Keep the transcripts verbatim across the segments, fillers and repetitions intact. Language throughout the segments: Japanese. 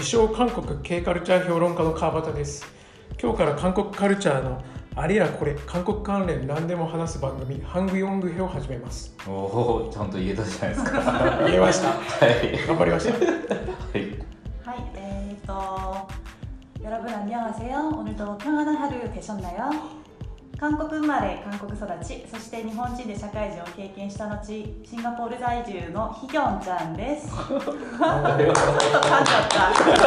自称韓国 K カルチャー評論家の川端です。今日から韓国カルチャーのあれやこれ韓国関連何でも話す番組ハングヨングヘを始めます。 おお、ちゃんと言えたじゃないですか。 言えました。 はい、 頑張りました。はい。 はい、えーと여러분 안녕하세요. 오늘도 평안한 하루 되셨나요?韓国生まれ、韓国育ち、そして日本人で社会人を経験した後、シンガポール在住のヒギョンちゃんです。ちょっと噛んじゃった。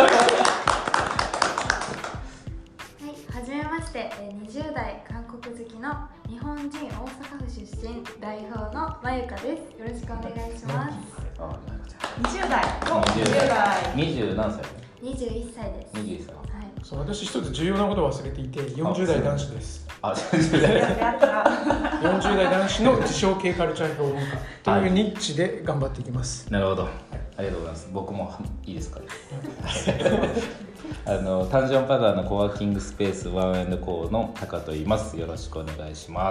はじめまして、にじゅう代韓国好きの日本人大阪府出身代表のまゆかです。よろしくお願いします。 にじゅう代、にじゅう代、 にじゅう何歳？ にじゅういっさいです。 にじゅういっさい。 はい。 そう、私一つ重要なことを忘れていて、よんじゅう代男子です。 あ、よんじゅう代。 よんじゅう代男子の自称系カルチャー評論家というニッチで頑張っていきます。 なるほど。ありがとうございます。僕もいいですか？あのタンジョンパダーのコワーキングスペースワンエンドコーのタカと言います。よろしくお願いします。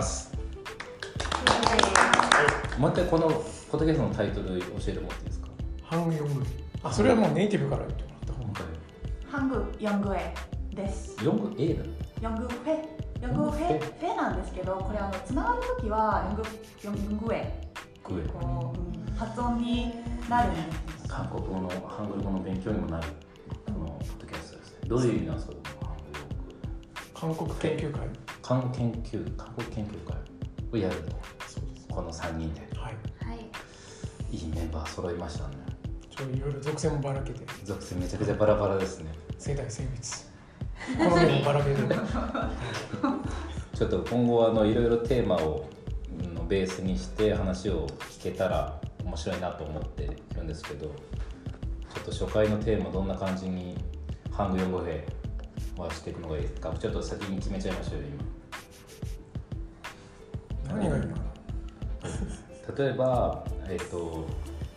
もう一回このポッドキャストのタイトル教えてもらっていいですか？ ハングヨング。あ、それはもうネイティブから言ってもらった方が。 ハングヨングエです。 ヨング A だ。 ヨングフェ、ヨングフェ、フェなんですけど、これあのつながるときはヨングヨングエこう、うん、発音になるんです。 韓国語のハングル語の勉強にもなるこのポッドキャストですね。どういう意味なんですか？ 韓国研究会。 韓国研究韓国研究会をやると。 そうです。 このさんにんで。 はい。 はい。 いいメンバー揃いましたね。 ちょいろいろ属性もばらけて。 属性めちゃくちゃバラバラですね。 世代性別。この目もばらけてる。 ちょっと今後あのいろいろテーマをのベースにして話を聞けたら面白いなと思っているんですけど、ちょっと初回のテーマどんな感じにハングヨングヘはしていくのがいいですか？ちょっと先に決めちゃいましょうよ今。何がいいのかな。例えばえっと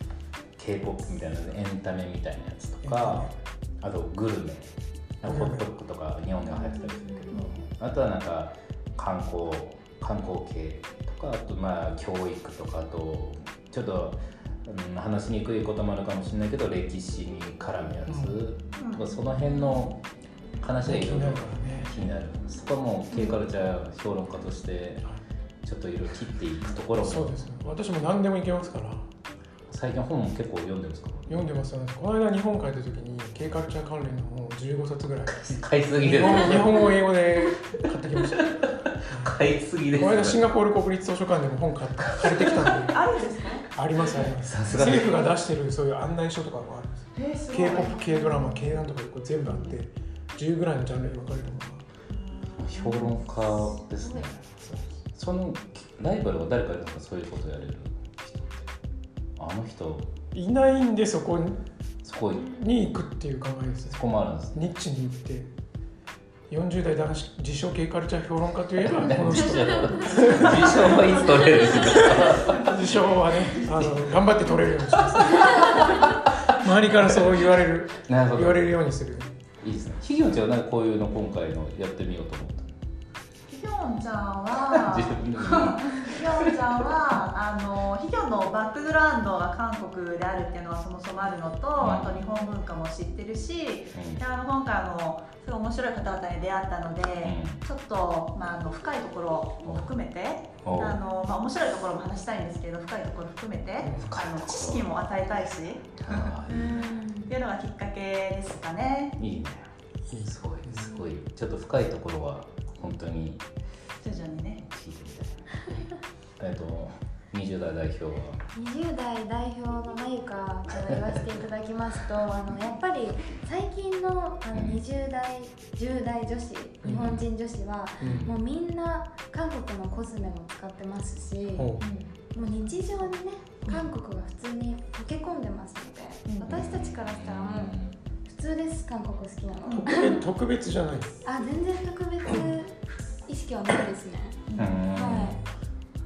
K-ポップ みたいなエンタメみたいなやつとか、あとグルメ、ホットドッグとか日本では流行ってたりするけど、あとはなんか観光観光系とか、あとまあ教育とか、あとちょっと、うん、話しにくいこともあるかもしれないけど歴史に絡むやつ、うん、とかその辺の話がいろいろ気になる。そこはもう K カルチャー評論家としてちょっといろいろ切っていくところも。 そうですね。私も何でもいけますから。 最近本も結構読んでるんですか？ 読んでますよね。この間日本帰った時に K カルチャー関連の本をじゅうごさつぐらい買いすぎですね。 日本語英語で買ってきました。 買いすぎですね。 この間シンガポール国立図書館でも本買って借りてきたんで。 あるんですか？ ありますあります。政府が出してるそういう案内書とかがあるんです。K-ポップ、K ドラマ、K なんとかでこれ全部あってじゅうぐらいのジャンルに分かれたものが。評論家ですね。そのライバルは誰かいるのか、そういうことをやれる人って。あの人いないんで、そこにそこに行くっていう考えですね。 そこもあるんです。 ニッチに行ってよんじゅう代男子自称 K カルチャー評論家といえばこの人。自称はいつ取れるんですか？ 自称はね、あの頑張って取れるようにします。周りからそう言われる言われるようにする。 いいですね。ヒギョンちゃんはなんかこういうの今回のやってみようと思った。 ヒギョンちゃんはヒギョンちゃんはあのヒギョンのバックグラウンドが韓国であるっていうのはそもそもあるのと、うん、あと日本文化も知ってるし、うん、であの今回あのすごい面白い方々に出会ったので、うん、ちょっと、まあ、あの深いところも含めてあの、まあ、面白いところも話したいんですけど、深いところ含めてあの知識も与えたいしっていうのがきっかけですかね。 いいね。すごいすごい。ちょっと深いところは本当に徐々にね聞いてみたい。えっとにじゅう代代表はにじゅう代代表のまゆかから言わせていただきますとあのやっぱり最近の、あのにじゅう代じゅう代女子、日本人女子は、うん、もうみんな韓国のコスメも使ってますし、うん、もう日常にね韓国が普通に溶け込んでますので、うん、私たちからしたらもう普通です。韓国好きなの。 特, 特別じゃない。 あ、全然特別意識はないですね。 はい。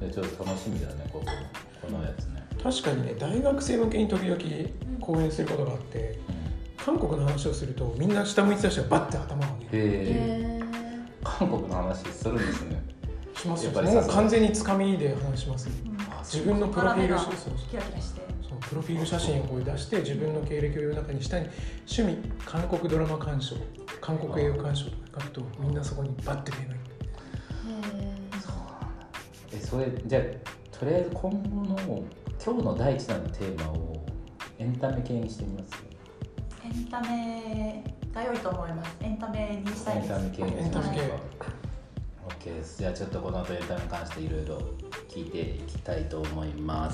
ちょっと楽しみだね、ここ、このやつね。 確かにね、大学生向けに時々講演することがあって、うん、韓国の話をするとみんな下向いてた人がバッて頭を上げる。 へー。韓国の話するんですね。 しますよ。もう完全につかみで話します、ね。うん、自分のプロフィール、そうそうキラキラして。 そう、ププロフィール写真をこう出して自分の経歴を言う中に下に趣味韓国ドラマ鑑賞韓国映画鑑賞とか書くとみんなそこにバッて目がいく。 えそれじゃあとりあえず今後の今日の第一弾のテーマをエンタメ系にしてみます。 エンタメが良いと思います。エンタメにしたいです。 エンタメ系にエンタメ系。 OK です。じゃあちょっとこの後エンタメに関していろいろ聞いていきたいと思います。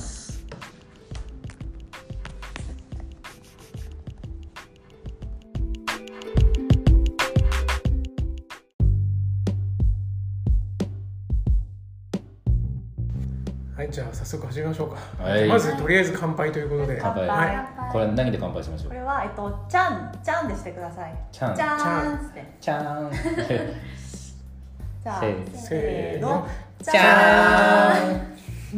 はい、じゃあ早速始めましょうか。 はい、 まずとりあえず乾杯ということで。 乾杯。はい、これは何で乾杯しましょう。 これはえっとちゃんちゃんでしてください。 ちゃんちゃんってちゃん。 じゃあせーの。 ちゃーん。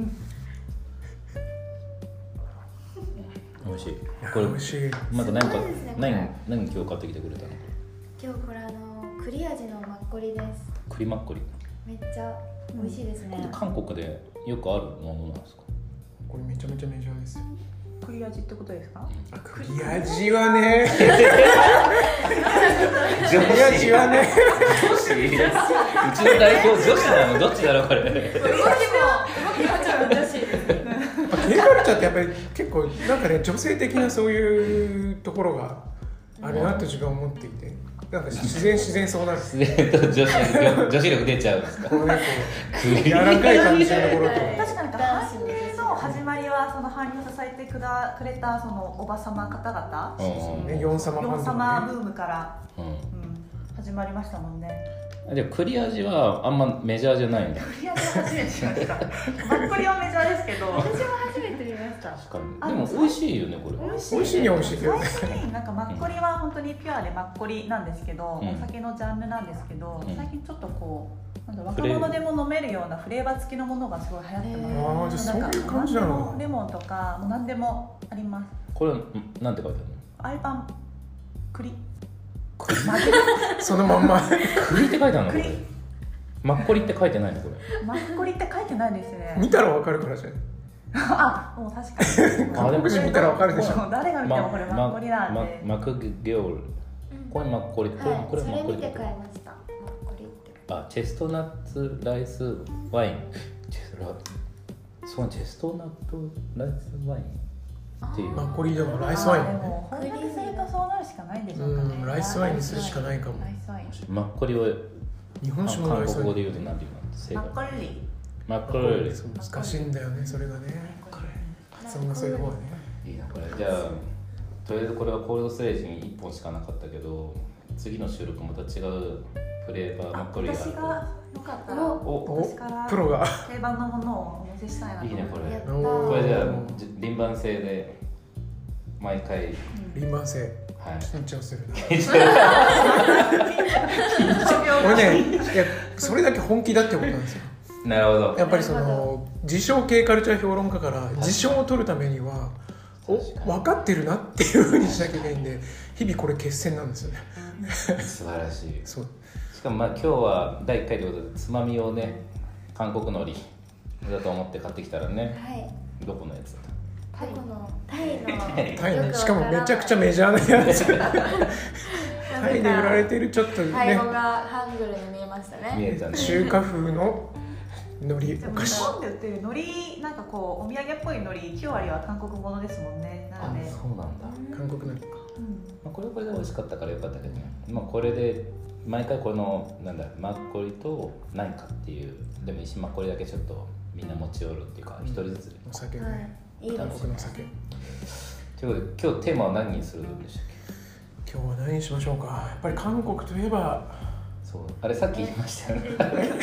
美味しい。 これ美味しい。 まだ何か何何今日買ってきてくれたの？ 今日これあの栗味のマッコリです。 栗マッコリ。 めっちゃ美味しいですね。 韓国でよくあるものなんですか？ これめちゃめちゃメジャーですよ。 栗味ってことですか？ あ、栗味はね。栗味はね。 女子。うちの代表女子なの？どっちだろうこれ。動きも動きもちょっと女子です。 Kカルチャーってやっぱり結構なんかね女性的なそういうところがあるなと自分は思っていて。なんか自然自然そうなる。 自然と女子力女子力出ちゃうんですか。 このねこう柔らかい感じのところと。 確かに韓流の始まりはその韓流を支えてくだくれたそのおばさま方々、 ね、ヨン様ヨン様ブームから、 うんうん、 始まりましたもんね。 でも栗味はあんまメジャーじゃないんだ。 栗味は初めて知りました。マッコリはメジャーですけど、 私も初めて見ました。 確かに。でも美味しいよねこれ。 美味しい。 美味しいに美味しいけどね。 最近なんかマッコリは本当にピュアでマッコリなんですけど、 うん、 お酒のジャンルなんですけど、うん、最近ちょっとこうなんだ若者でも飲めるようなフレーバー付きのものがすごい流行ってます。 ああ、じゃあそういう感じなの。 レモンとかもう何でもあります。 これなんて書いてあるの？ アイパン栗。 そのまんま。 栗って書いてあるのこれ？マッコリって書いてないのこれ？ マッコリって書いてないですね。 見たらわかるからじゃない。 あ、もう確かに。 韓国人見たらわかるでしょ。 誰が見てもこれマッコリなんで。 マクギョール。これマッコリ。これこれマッコリ。 それ見て買いました。マッコリって。 あ、チェストナッツライスワイン。チェスラそうチェストナッツライスワイン。っていうマッコリでもライスワインね。 本当にするとそうなるしかないんでしょうかね。 うん、ライスワインにするしかないかも。 マッコリは日本酒も韓国語で言うと何て言うの？ マッコリ。 マッコリ。 難しいんだよねそれがね。発音がそういう方はね。 いいなこれ。じゃあとりあえずこれはコールドストレージにいっぽんしかなかったけど、次の収録また違うフレーバーマッコリがあると。 私がよかったら私からプロが定番のものをお見せしたいなと。 いいねこれ。これじゃあ輪番制で毎回。 輪番制。 はい。 緊張する。俺ね、いやそれだけ本気だってことなんですよ。 なるほど。 やっぱりその自称系カルチャー評論家から自称を取るためにはお分かってるなっていうふうにしなきゃいけないんで、日々これ決戦なんですよね。 素晴らしい。 そう。 しかもまあ今日はだいいっかいということでつまみをね韓国海苔だと思って買ってきたらね、 はい、 どこのやつだった？ タイのタイのタイのしかもめちゃくちゃメジャーなやつ。タイで売られてるちょっとね。 タイ語がハングルに見えましたね。 見えたね。 中華風の海苔お菓子。 日本で売ってる海苔なんかこうお土産っぽい海苔きゅうわりは韓国ものですもんね。なので。 そうなんだ。 韓国の。うん、 まあこれはこれで美味しかったからよかったけどね。まあこれで毎回このなんだマッコリと何かっていうでも石マッコリだけちょっとみんな持ち寄るっていうか一、うん、人ずつお酒ね。はい、 いいですね。 韓国の酒。 ということで今日テーマは何にするんでしたっけ？今日は何にしましょうか。やっぱり韓国といえば。 そうあれさっき言いましたよね。さっき言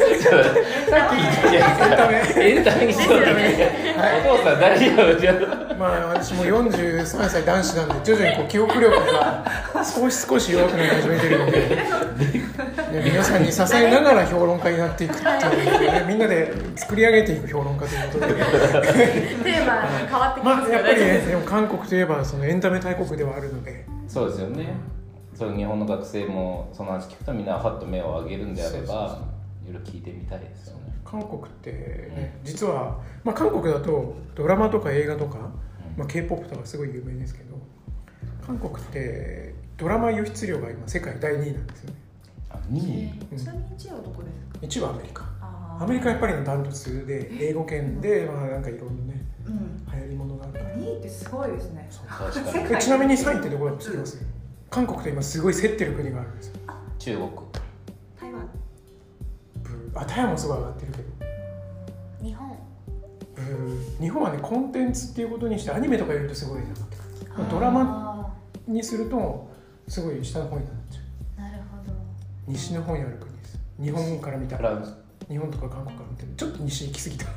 ったエンタメにしようとね。お父さん大丈夫じゃん。 まあ私もよんじゅうさんさい男子なんで徐々にこう記憶力が少し少し弱くなり始めてるので、ね、皆さんに支えながら評論家になっていくっていう、ね、みんなで作り上げていく評論家ということでテーマ変わってきますよね。 まあやっぱりねでも韓国といえばそのエンタメ大国ではあるので。 そうですよね。そう日本の学生もその話聞くとみんなはっと目を上げるんであればいろいろ聞いてみたいですよね。 韓国って、ね、実は、まあ、韓国だとドラマとか映画とか、 まあ、K-ポップ とかすごい有名ですけど、韓国ってドラマ輸出量が今世界だいにいなんですよね。 あ、にい、 うん、ちなみにいちいはどこですか？ いちいはアメリカ。 あアメリカやっぱりダントツで英語圏で、まあ、なんかいろんなね、 うん、 流行り物があるから。 にいってすごいですね。 確かに。 えちなみにさんいってどこだと知ってます？韓国と今すごい競ってる国があるんですよ。 中国。 台湾。 ブーあ、台湾もすごい上がってるけど。 日本。 ブー日本はねコンテンツっていうことにしてアニメとかやるとすごい上がってくる。ドラマにするとすごい下の方になっちゃう。 なるほど。 西の方にある国です。日本から見たフランス。 日本とか韓国から見てちょっと西に行き過ぎた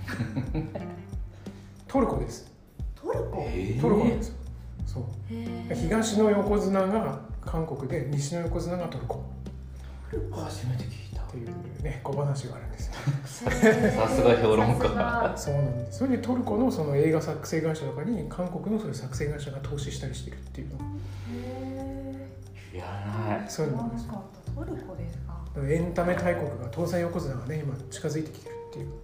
トルコです。 トルコ？ トルコなんですよ。そう東の横綱が韓国で西の横綱がトルコ初めて聞いたっていうね小話があるんですよ。 さすが評論家。 そうなんです。それでトルコのその映画作成会社とかに韓国のそういう作成会社が投資したりしてるっていうの。 いやない。 そうなんです。 トルコですか。 エンタメ大国が東西横綱がね今近づいてきてるっていう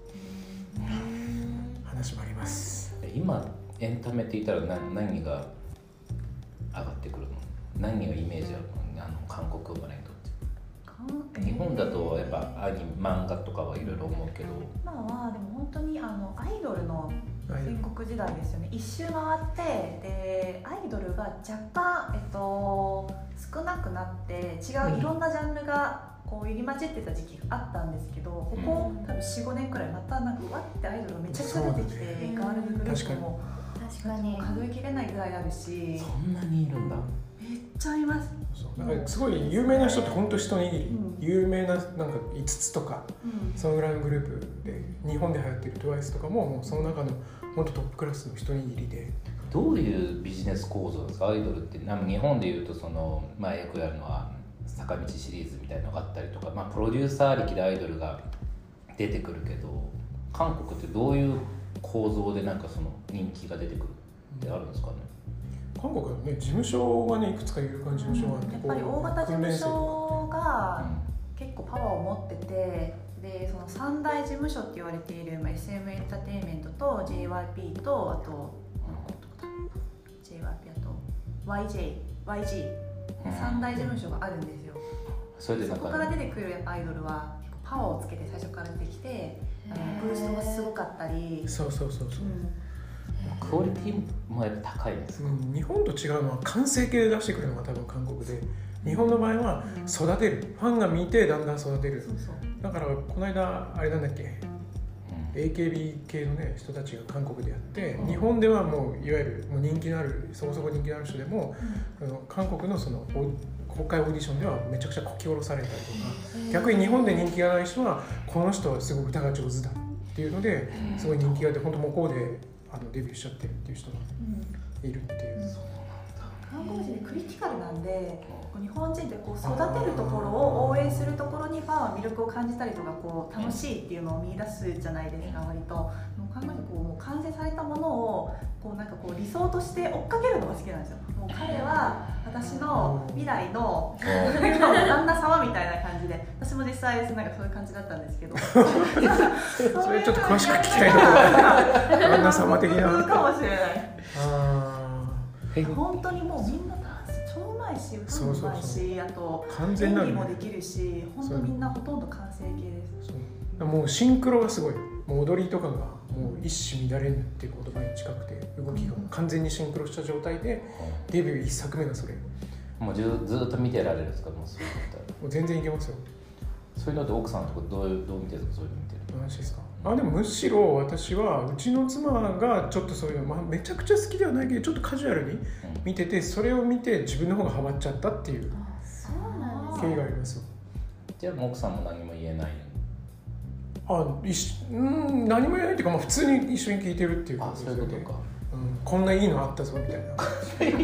話もあります。 今エンタメって言ったら何、何が上がってくるの？何がイメージあるの？あの韓国生まれにとって。日本だとやっぱアニメ漫画とかはいろいろ思うけど、 今はでも本当にあのアイドルの戦国時代ですよね。一周回ってでアイドルが若干、えっと、少なくなって違ういろんなジャンルがこう入り混じってた時期があったんですけど、ここ多分 よん,ご 年くらいまたなんかわってアイドルがめちゃくちゃ出てきて、ね、ガールズグループも確かに数えきれないぐらいあるし、 そんなにいるんだ。 めっちゃいます。 そうだからすごい有名な人って本当一握り、うん、有名ななんかいつつとか、うん、そのぐらいのグループで日本で流行ってる トゥワイス とかももうその中の本当トップクラスの一握りで。 どういうビジネス構造ですか？アイドルってなんか日本でいうとその、まあ、よくやるのは坂道シリーズみたいなのがあったりとか、まあ、プロデューサー歴でアイドルが出てくるけど、韓国ってどういう構造でなんかその人気が出てくるってあるんですかね？ 韓国はね事務所がねいくつか有感事務所があって、 やっぱり大型事務所が結構パワーを持ってて、でその三大事務所って言われている エスエム エンターテインメントと ジェイワイピー とあと ジェイワイピー あと ワイジェイ、ワイジー 三大事務所があるんですよ。 それでなんかそこから出てくるアイドルはパワーをつけて最初から出てきて、あのブーストがすごかったり、 そうそうそうそう、 うん、クオリティもやっぱ高いんですか？ うん、日本と違うのは完成形で出してくるのが多分韓国で、日本の場合は育てる、ファンが見てだんだん育てる。そうそう、だからこの間あれなんだっけ、うん、エーケービー 系のね人たちが韓国でやって、うん、日本ではもういわゆるもう人気のあるそこそこ人気のある人でも、うん、あの韓国のその公開オーディションではめちゃくちゃこき下ろされたりとか、逆に日本で人気がない人はこの人はすごい歌が上手だっていうのですごい人気があって、本当向こうであのデビューしちゃってるっていう人がいるっていう、うん、 韓国人でクリティカルなんで、日本人ってこう育てるところを応援するところにファンは魅力を感じたりとかこう楽しいっていうのを見出すじゃないですか、割と。もう韓国人こうもう完成されたものをこうなんかこう理想として追っかけるのが好きなんですよ。もう彼は私の未来の旦那様みたいな感じで、私も実際なんかそういう感じだったんですけどそれちょっと詳しく聞きたいところ旦那様的なかもしれない。 あ本当にもうみんなダンス超うまいし、歌もうまいし、あと演技もできるし、本当みんなほとんど完成形です。 そうもうシンクロがすごい、もう踊りとかがもう一糸乱れぬっていう言葉に近くて、動きが完全にシンクロした状態で、うん、デビューいっさくめがそれ。 もうずずっと見てられるんですか？もうそういうのもう全然いけますよ。 そういうのって奥さんとかどうどう見てるんですか？そういうの見てる。 話ですか？あ、でもむしろ私はうちの妻がちょっとそういうの、まあ、めちゃくちゃ好きではないけどちょっとカジュアルに見てて、それを見て自分の方がハマっちゃったっていう経緯がありますよ。 じゃあ奥さんも何も言えない？ あ、いしうん何も言えないっていうか、まあ、普通に一緒に聞いてるっていう感じですよね。あ、そういうことか。 うん、こんないいのあったぞみたいなコ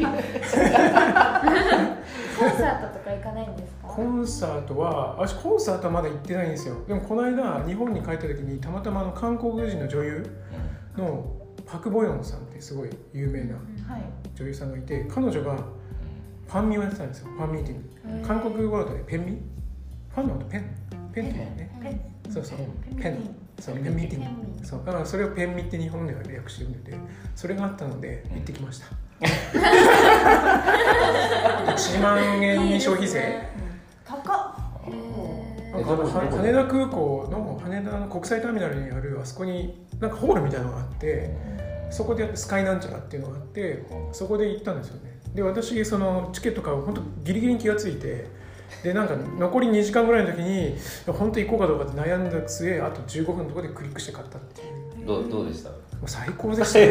ンサートとか行かないんですか？ コンサートは私コンサートはまだ行ってないんですよ。でもこの間日本に帰った時にたまたまあの韓国人の女優のパク・ボヨンさんってすごい有名な女優さんがいて、彼女がファンミをやってたんですよ。ファンミーティング、韓国語だとねペンミ、ファンのことペンペンってね、ペン、そうそうペンそうペンミってそうだからそれをペンミって日本では略してるので、それがあったので行ってきました。いちまんえんに消費税。 高っ。 なんか羽田空港の羽田の国際ターミナルにあるあそこになんかホールみたいなのがあって、そこでスカイなんちゃらっていうのがあって、そこで行ったんですよね。で私そのチケット買う本当ギリギリに気がついて、でなんか残りにじかんぐらいの時に本当に行こうかどうかって悩んだ末、あとじゅうごふんのところでクリックして買ったっていう。 どうどうでした？ もう最高でしたね。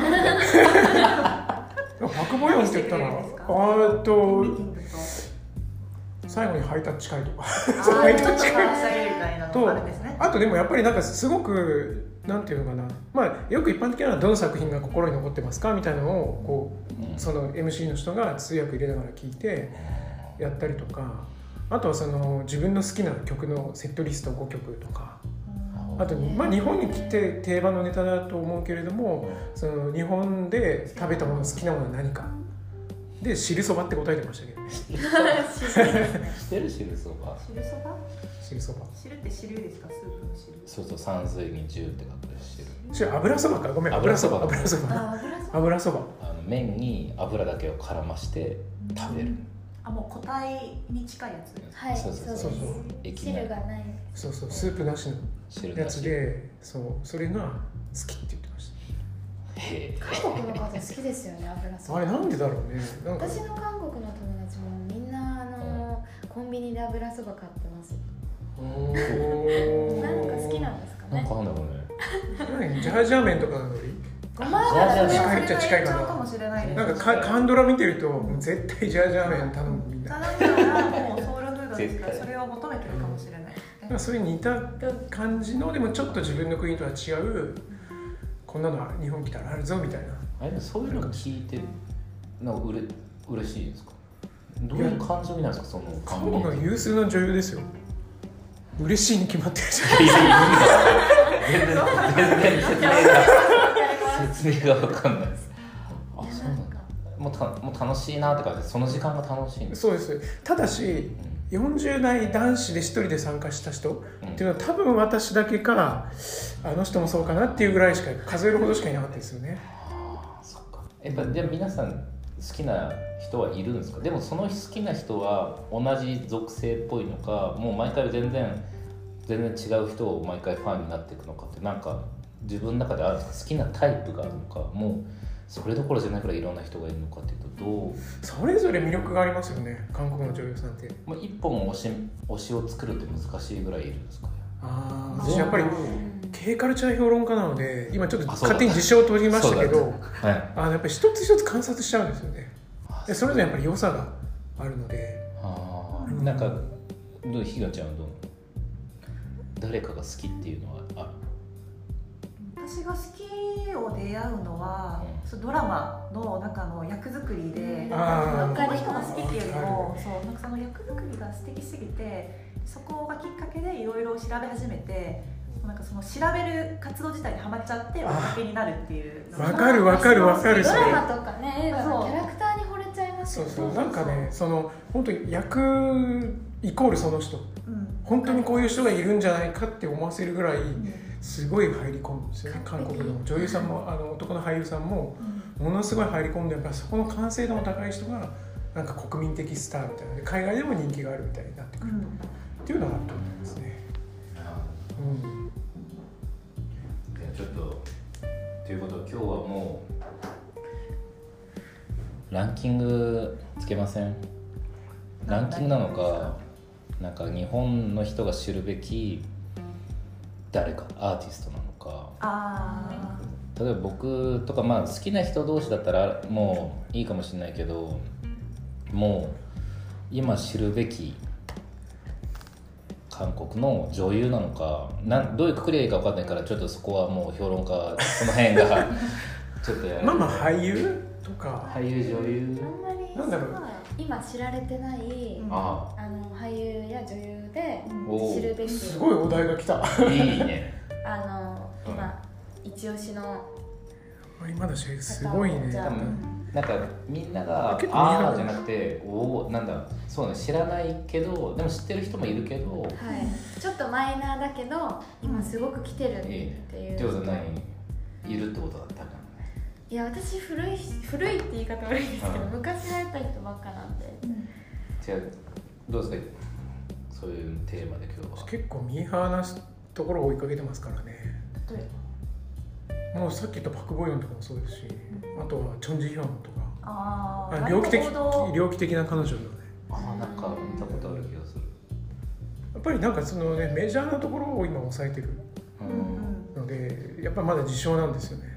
パクボヨンって言ったら、あっと最後にハイタッチ会とか、ハイタッチ会と、あとでもやっぱりなんかすごくなんていうのかな、まあよく一般的なのはどの作品が心に残ってますかみたいなのをこうその エムシー の人が通訳入れながら聞いてやったりとか、あとはその自分の好きな曲のセットリストごきょくとか。あと、まあ、日本に来て定番のネタだと思うけれども、その日本で食べたもの、好きなものは何かで汁そばって答えてましたけどね。 知ってる汁そば？ 汁そば？ 汁そば。 汁って汁ですか？スープの汁。 そうそう、山水に汁って書く汁。 それ油そばか、ごめん、油そば、油そば、油そば。 あの麺に油だけを絡まして食べる。 あ、もう固体に近いやつ。 はい、そうそうそう。汁がない。 そうそう、スープなしのやつで、そう、それが好きって言ってました。 へえ。 韓国の方好きですよね、油そば。 あれなんでだろうね。なんか私の韓国の友達もみんなあのコンビニで油そば買ってます。なんか好きなんですかね。 なんかなんだろうね。ジャージャー麺とかなのに。 ごま油近いっちゃ近いかな。 かもしれないです。 なんかカンドラ見てると絶対ジャージャー麺頼むみんな。 頼むからもうソウルフードですから、それを求めてるかもしれない。 うん、それに似た感じのでもちょっと自分の国とは違う、こんなのは日本来たらあるぞみたいな。 あれそういうのを聞いてなんかうれ嬉しいですか？どういう感情になるんですか、その韓国の有数の女優ですよ。嬉しいに決まってるじゃないですか。全然全然説明が説明が分かんないです。あ、そうなんだ。もうたもう楽しいなって感じで、その時間が楽しいんです。 そうです。ただし、うん、よんじゅう代男子で一人で参加した人、うん、っていうのは多分私だけか、あの人もそうかなっていうぐらいしか数えるほどしかいなかったですよね。 ああ、そっか。やっぱじゃあ皆さん好きな人はいるんですか？でもその好きな人は同じ属性っぽいのか、もう毎回全然全然違う人を毎回ファンになっていくのかって、なんか自分の中であるんですか？好きなタイプがあるのか、もうそれどころじゃないくらいいろんな人がいるのかっていうと、どう？ それぞれ魅力がありますよね、韓国の女優さんって。 もう一本推し推しを作るって難しいぐらいいるんですかね。 ああ、私やっぱり K カルチャー評論家なので、今ちょっと勝手に自称を取りましたけど、はい、あのやっぱり一つ一つ観察しちゃうんですよね。でそれぞれやっぱり良さがあるので。 あ、うん、なんかどう、ひがちゃんはどう？誰かが好きっていうのはある？ 私が好きを出会うのは、うん、ドラマの中の役作りで、この人が好きっていうよりも、そうなんかその役作りが素敵すぎて、そこがきっかけでいろいろ調べ始めて、なんかその調べる活動自体にハマっちゃっておかけになるっていう。 わかるわかるわかる。 ドラマとかね、映画のキャラクターに惚れちゃいますよね。 そうそう、なんかね、その本当に役イコールその人、うん、本当にこういう人がいるんじゃないかって思わせるぐらいすごい入り込むんですよね。韓国の女優さんもあの男の俳優さんもものすごい入り込んで、やっぱそこの完成度の高い人がなんか国民的スターみたいなで、海外でも人気があるみたいになってくると、うん、っていうのがあると思いますね。うん、 ちょっとということは今日はもうランキングつけません？ランキングなのか、なんか日本の人が知るべき誰かアーティストなのか。 あ、 例えば僕とか、まあ好きな人同士だったらもういいかもしれないけど、もう今知るべき韓国の女優なのか、なんどういうくくりがいいか分かんないから、ちょっとそこはもう評論家その辺がちょっとやる。 まあまあ俳優とか俳優女優あんまりなんだろう、 今知られてない、うん、あの俳優や女優で知るべき、 すごいお題が来た。 いいね。 あの今、うん、一押しの今だしすごいね。 なんかみんなが結構ミーハーああじゃなくておおなんだそうね知らないけどでも知ってる人もいるけど、 はい、ちょっとマイナーだけど今すごく来てるっていう、 いいねってことは何いるってことだったかな。 いや私古い古いって言い方悪いですけど、 うん昔流行った人ばっかなんで、 じゃあどうですかそういうテーマで今日は。 結構ミーハーなところを追いかけてますからね。 例えもうさっき言ったパクボヨンとかもそうですし、あとはチョン・ジヒョンとかばああ猟奇的割と王道猟奇的な彼女だね。 あーなんか見たことある気がする。 やっぱりなんかそのねメジャーなところを今抑えてるううんんのでやっぱりまだ自称なんですよね。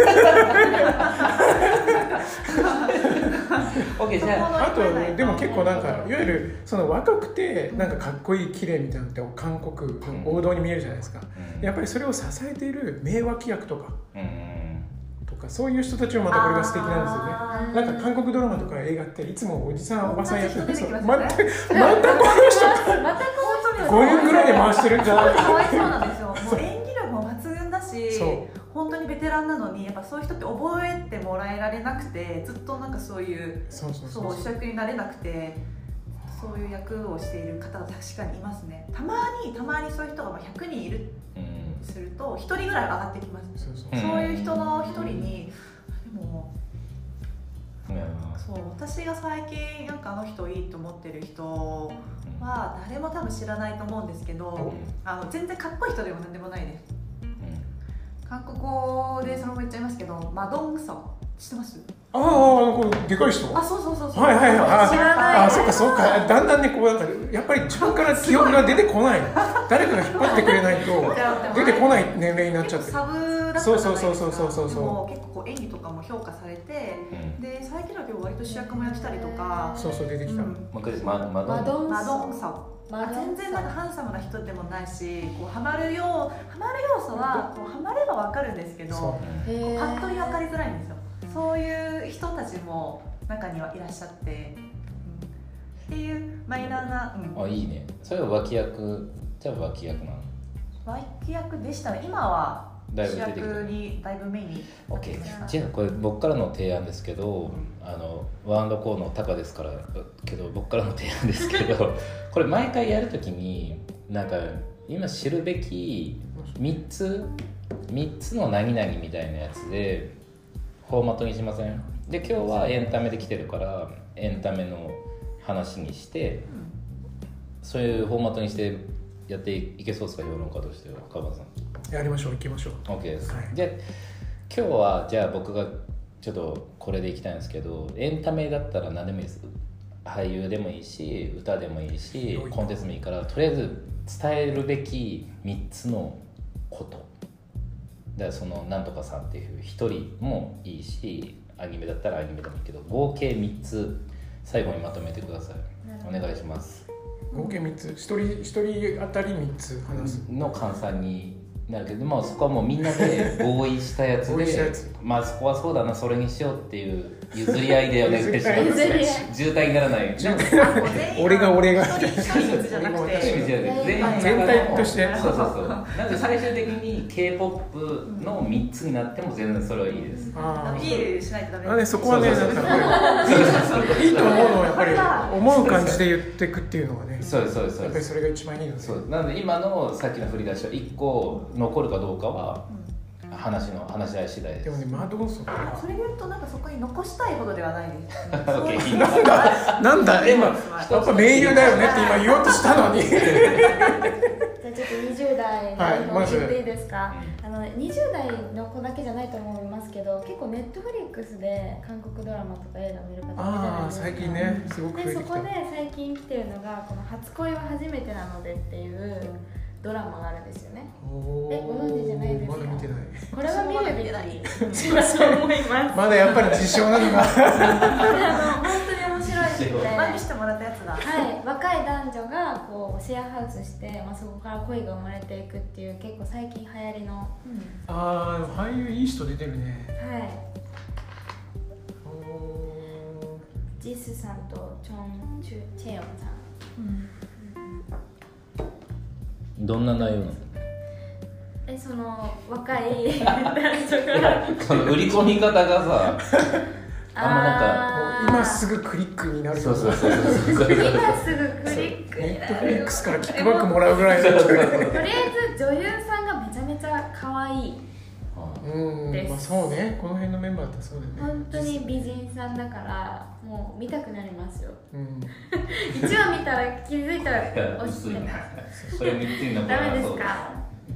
オッケーじゃああとでも結構なんかいわゆるその若くてなんかかっこいい綺麗みたいなのって韓国の王道に見えるじゃないですか。 うんやっぱりそれを支えている名脇役とかうんとかそういう人たちもまたこれが素敵なんですよね。 あーなんか韓国ドラマとか映画っていつもおじさんおばさんやってるんですよ。 同じ人ま出てきますよねたまたこの人またこごねんぐらいで回してるんじゃないか。 かわいそうなんですよ。もう演技力も抜群だしそう本当にベテランなのにやっぱそういう人って覚えてもらえられなくてずっとなんかそういうそうそうそうそう主役になれなくてそういう役をしている方が確かにいますね。たまにたまにそういう人がまあひゃくにんいるうんとするとひとりぐらい上がってきます。 そうそううんそういう人のひとりにでもうんそう私が最近なんかあの人いいと思ってる人は誰も多分知らないと思うんですけどあの全然かっこいい人でもなんでもないです。韓国語でそのまま言っちゃいますけどマドンソン知ってます？ ああこれでかい人。 あそうそうそうそうはいはいはい。 知らないああそうかそうか。だんだんねこうなんかやっぱり自分から記憶が出てこない。誰かが引っ張ってくれないと出てこない年齢になっちゃってる。 結構サブだったじゃないですか。 そうそうそうそうそうそうでも結構こう演技とかも評価されてで最近の今日割と主役もやってたりとかそうそう出てきた。 うんもう一回ですママドンマドンマドンソンマドン全然なんかハンサムな人でもないしこうハマるようハマる要素はこうハマればわかるんですけどそへーパッと見分かりづらいんですよ。そういう人たちも中にはいらっしゃって、うん、っていうマイナーな、うん、 あいいね。それは脇役じゃあ脇役なの。 脇役でしたね。今は主だいぶ出てきた役にだいぶ目にオッケー。じゃあこれ僕からの提案ですけど、あのワンドコーのタカですからけど僕からの提案ですけどこれ毎回やるときになんか今知るべきみっつみっつの何々みたいなやつでフォーマットにしません？で今日はエンタメで来てるからエンタメの話にしてそういうフォーマットにしてやっていけそうですか評論家としては。川端さんやりましょう行きましょう。 OK です、 はいじゃあ今日はじゃあ僕がちょっとこれでいきたいんですけどエンタメだったら何でもいいです。俳優でもいいし歌でもいいしコンテンツもいいからとりあえず伝えるべきみっつのことだからそのなんとかさんっていうひとりもいいしアニメだったらアニメでもいいけど合計みっつ最後にまとめてください。お願いします。 合計みっつ、ひとりひとり当たりみっつ話す。 の換算になるけど、まあ、そこはもうみんなで合意したやつ合意したやでつまあそこはそうだなそれにしようっていう譲り合いでお願いします譲り合い渋滞にならない渋俺が俺が一人一人ずつじゃなく違うて違う全員全体としてそうそうそうなので最終的に K-ポップ のみっつになっても全然それはいいですあアピールしないとダメあね、そこはね、 そうそうそうなんかいいいいと思うのはやっぱり思う感じで言っていくっていうのがね、 そうですそうですそやっぱりうですそれが一番いいので。 そうなので今のさっきの振り出しはいっこ残るかどうかは話の話し合い次第ですでもね、マドンソンはそれで言うとなんかそこに残したいほどではないですオッケーなんだ、なんだ、今、やっぱ名優だよねって今言おうとしたのに。 じゃあちょっとにじゅう代のはいまず言っていいですか、あのにじゅう代の子だけじゃないと思いますけど結構ネットフリックスで韓国ドラマとか映画見る方多いじゃないああ、 ですか。 最近ね、すごく増えてきた。 でそこで最近来てるのがこの初恋は初めてなのでっていうドラマがあるんですよね。 おーえご存知じゃないですかまだ見てない。 これは見るべきだ私と思います。 まだやっぱり自称なのが。 これあの本当に面白いので、 前にしてもらったやつだはい、若い男女がこうシェアハウスして、まあ、そこから恋が生まれていくっていう結構最近流行りの、はああ、俳優いい人出てるね。 い、 おジスさんとチョン・チュチェヨンさん。 どんな内容なのえその若い男女がその売り込み方がさあんまなんかもう今すぐクリックになるそうそうそうそうそう今すぐクリックネットになるフリックスからキックバックもらうぐらいのとりあえず女優さんがめちゃめちゃ可愛いうんですまあそうねこの辺のメンバーってそうだよね本当に美人さんだからもう見たくなりますようんいちわ見たら気づいたらいや押して薄いなそれ見てんのかなダメですか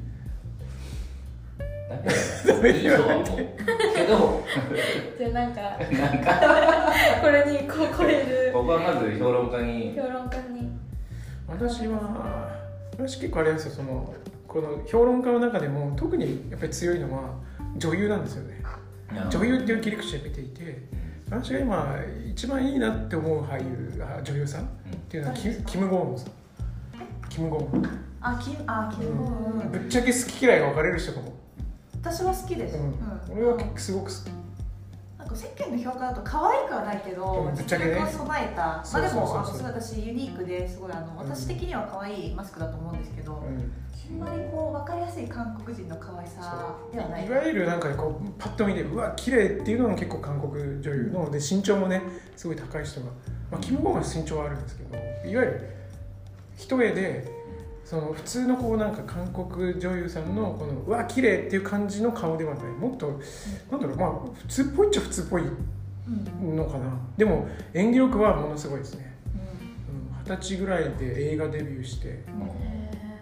ダメだよいいとは思うけどじゃあなんかなんかこれにこう超える僕はまず評論家に評論家に私は私結構あれですよそのこの評論家の中でも特にやっぱり強いのは女優なんですよね女優っていう切り口で見ていて私が今一番いいなって思う俳優あ女優さんっていうのはキム・キムゴーンさんキム・ゴーンあキムあキムゴーンぶっちゃけ好き嫌いが分かれる人かも、 私は好きです、 うんうん俺はすごく好きなんか世間の評価だと可愛くはないけど、 うんぶっちゃけね実力を備えた、まあでそうそうそうそうもあのすごい私ユニークですごいあの私的には可愛いマスクだと思うんですけど、 うんあんまりこう分かりやすい韓国人の可愛さではないいわゆるなんかこうパッと見てうわ綺麗っていうのも結構韓国女優ので身長もねすごい高い人が、まあ、キム・ゴーンは身長はあるんですけどいわゆる一重でその普通のこうなんか韓国女優さんのこのうわ綺麗っていう感じの顔ではないもっとなんだろうまあ普通っぽいっちゃ普通っぽいのかなでも演技力はものすごいですね二十、うん、歳ぐらいで映画デビューして、うん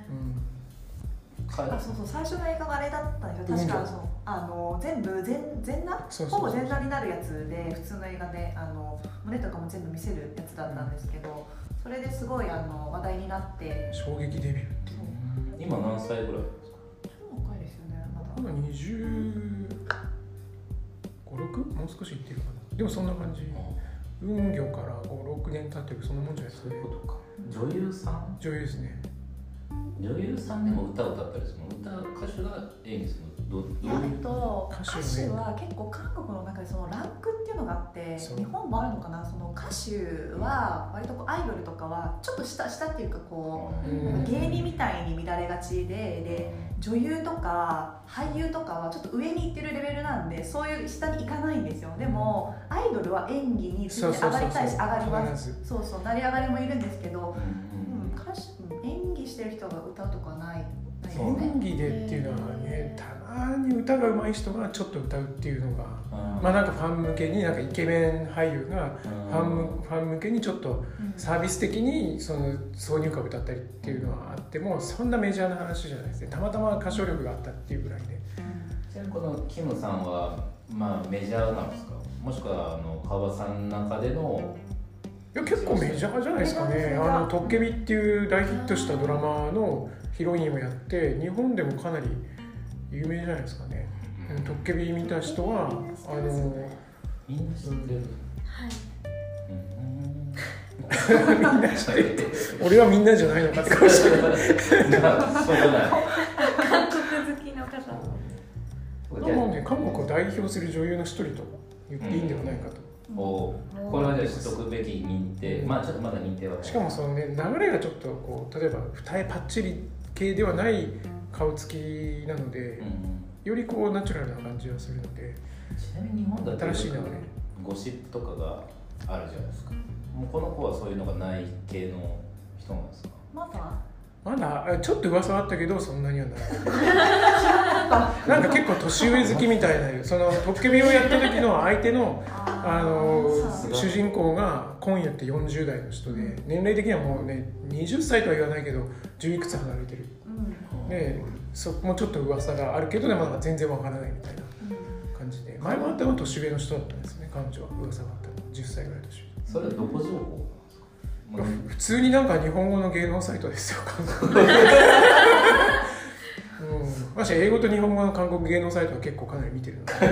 あそうそう最初の映画があれだったんですよ確かそうあの全部全全裸ほぼ全裸になるやつで普通の映画であの胸とかも全部見せるやつだったんですけどそれですごいあの話題になって衝撃デビューっていう今何歳ぐらいですか超若いですよねまだまだにじゅうご、ろく? もう少しいってるかなでもそんな感じ運業からご、ろくねん経ってるそんなもんじゃないですかねそういうことか女優さん女優ですね女優さんでも歌を歌ったりするの歌歌手が演技するのどどういやえいうっと歌歌手ね手は結構韓国の中でそのランクっていうのがあってそう日本もあるのかなその歌手は割とこうアイドルとかはちょっと下下っていうかこううん芸人みたいに見られがちでで女優とか俳優とかはちょっと上に行ってるレベルなんでそういう下に行かないんですよでもアイドルは演技に全然上がりたいし上がりますそうそう成り上がりもいるんですけど、うん、歌手演技してる人が歌うとかはないないですね演技でっていうのはねたまに歌が上手い人がちょっと歌うっていうのがまあなんかファン向けになんかイケメン俳優がファンむファン向けにちょっとサービス的にその挿入歌を歌ったりっていうのはあってもそんなメジャーな話じゃないですねたまたま歌唱力があったっていうぐらいでちなみにこのキムさんはまあメジャーなんですかもしくはあの川さんの中でのいや結構メジャーじゃないですかねあのトッケビっていう大ヒットしたドラマのヒロインをやって日本でもかなり有名じゃないですかねトッケビ見た人はあのみんな知ってる、 みんな知ってる俺はみんなじゃないのかって顔してるそうだない韓国好きの方でもね韓国を代表する女優の一人と言っていいんではないかと、 おこれはじゃあ知得べき認定まあちょっとまだ認定はしかもそのね流れがちょっとこう例えば二重パッチリ系ではない顔つきなので、 うん、 よりこうナチュラルな感じがするのでちなみに日本だと新しいのはねゴシップとかがあるじゃないですかもうこの子はそういうのがない系の人なんですかまだまだちょっと噂はあったけどそんなにはないなんか結構年上好きみたいなそのトッケビをやった時の相手のあの主人公が今夜ってよんじゅう代の人で年齢的にはもうねはたちとは言わないけどじゅういくつ離れてる、うん、でそこもちょっと噂があるけどでも全然わからないみたいな感じで前もあったのは年上の人だったんですね彼女は噂があったのじゅっさいぐらい年上それはどこ情報普通になんか日本語の芸能サイトですよ韓国うん、私英語と日本語の韓国芸能サイトは結構かなり見てるので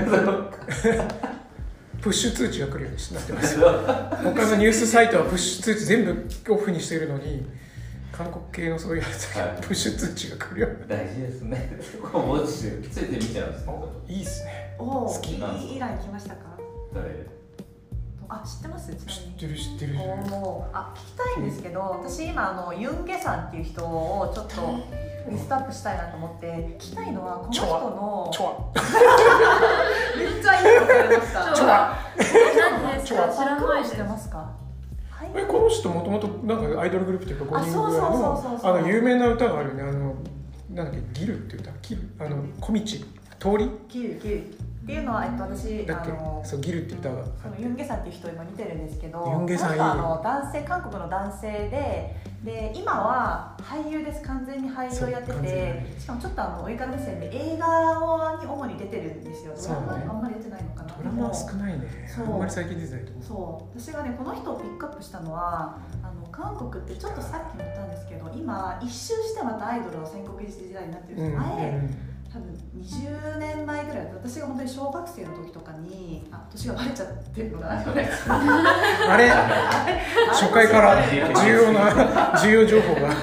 プッシュ通知が来るようになってます他のニュースサイトはプッシュ通知全部オフにしているのに韓国系のそういうやつはプッシュ通知が来るようになって大事ですねこう文字ついて見ちゃうんですねいいっすねお好きなんイラン来ましたか誰あ知ってます知ってる知ってるおあ聞きたいんですけど私今あのユンゲさんっていう人をちょっとリストアップしたいなと思って聞きたいのはこの人のチョワめっちゃいいことされましたチョワなちは知らないしてますか？ えこの人もともとなんかアイドルグループっていうかごにんぐらいのあの有名な歌があるよね。あのなんだっけギルっていう歌、ギルあの小道通りギルギルっていうのは、えっと、私だっけあのそうギルっていう歌がそのユンゲさんっていう人今見てるんですけど、 ユンゲさんいいこの人あの男性韓国の男性でで今は俳優です。完全に俳優をやってて、しかもちょっとあの上から目線で映画に主に出てるんですよ。ドラマあんまり出てないのかな。 ドラマは少ないね。あんまり最近出てないと思う。 そう私がねこの人をピックアップしたのはあの韓国ってちょっとさっきも言ったんですけど今一周してまたアイドルの戦国時代になってるんです。前、うんうん多分にじゅうねんまえぐらい、私が本当に小学生の時とかに、あ、年がバレちゃってるのかなあれ初回から重要な重要情報が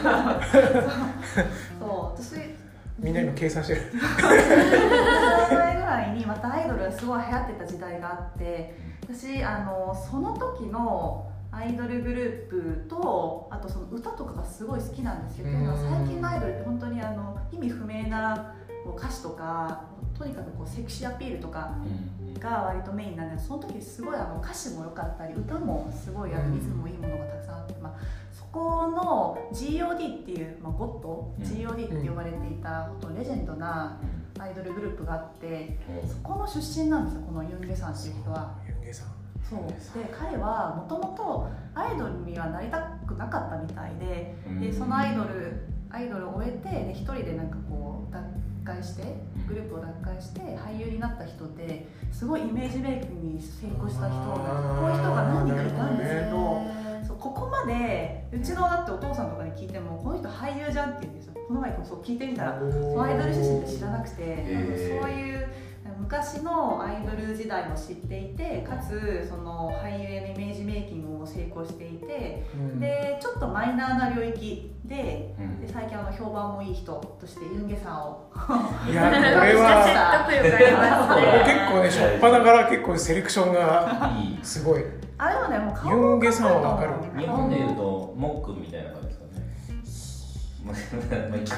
そう私みんな今計算してるにじゅうねんまえぐらいにまたアイドルがすごい流行ってた時代があって、私あのその時のアイドルグループとあとその歌とかがすごい好きなんですよ。っていうのは最近のアイドルって本当にあの意味不明な歌詞とかとにかくこうセクシーアピールとかが割とメインなんで、その時すごいあの歌詞も良かったり歌もすごいあのリズムもいいものがたくさんあって、まあ、そこの ジーオーディー っていう、まあ、ゴッド ジーオーディー って呼ばれていた本当レジェンドなアイドルグループがあってそこの出身なんですよこのユンゲさんっていう人は。 ユンゲさんそうで彼はもともとアイドルにはなりたくなかったみたいで、でそのアイドルアイドルを終えてで一人でなんかこう脱会してグループを脱会して俳優になった人ですごいイメージメイクに成功した人がこういう人が何人かいたんですけど、そうここまでうちのだってお父さんとかに聞いてもこの人俳優じゃんって言うんですよ。この前そう聞いてみたらそのアイドル出身って知らなくて、そういう昔のアイドル時代も知っていてかつその俳優へのイメージメイキングも成功していて、うん、でちょっとマイナーな領域 で,、うん、で最近あの評判もいい人としてユンゲさんをいやこれは結構ね初っ端から結構セレクションがすごいあれはねもう顔ユンゲさんは分かる。 日本でいうとモックンみたいな感じですかねまあいいか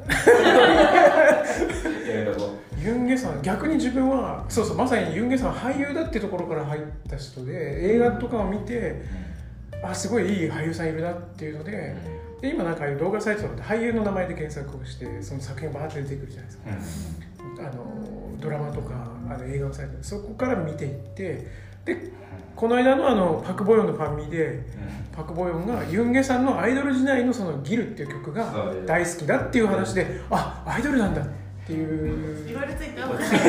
ユンゲさん逆に自分はそうそうまさにユンゲさん俳優だってところから入った人で映画とかを見てあすごいいい俳優さんいるなっていうので、で今なんか動画サイトとかで俳優の名前で検索をしてその作品がバーッと出てくるじゃないですか、うん、あのドラマとかあの映画のサイトでそこから見ていってでこの間のあのパク・ボヨンのファンミでパク・ボヨンがユンゲさんのアイドル時代のそのギルっていう曲が大好きだっていう話であアイドルなんだっていういろいろついて私で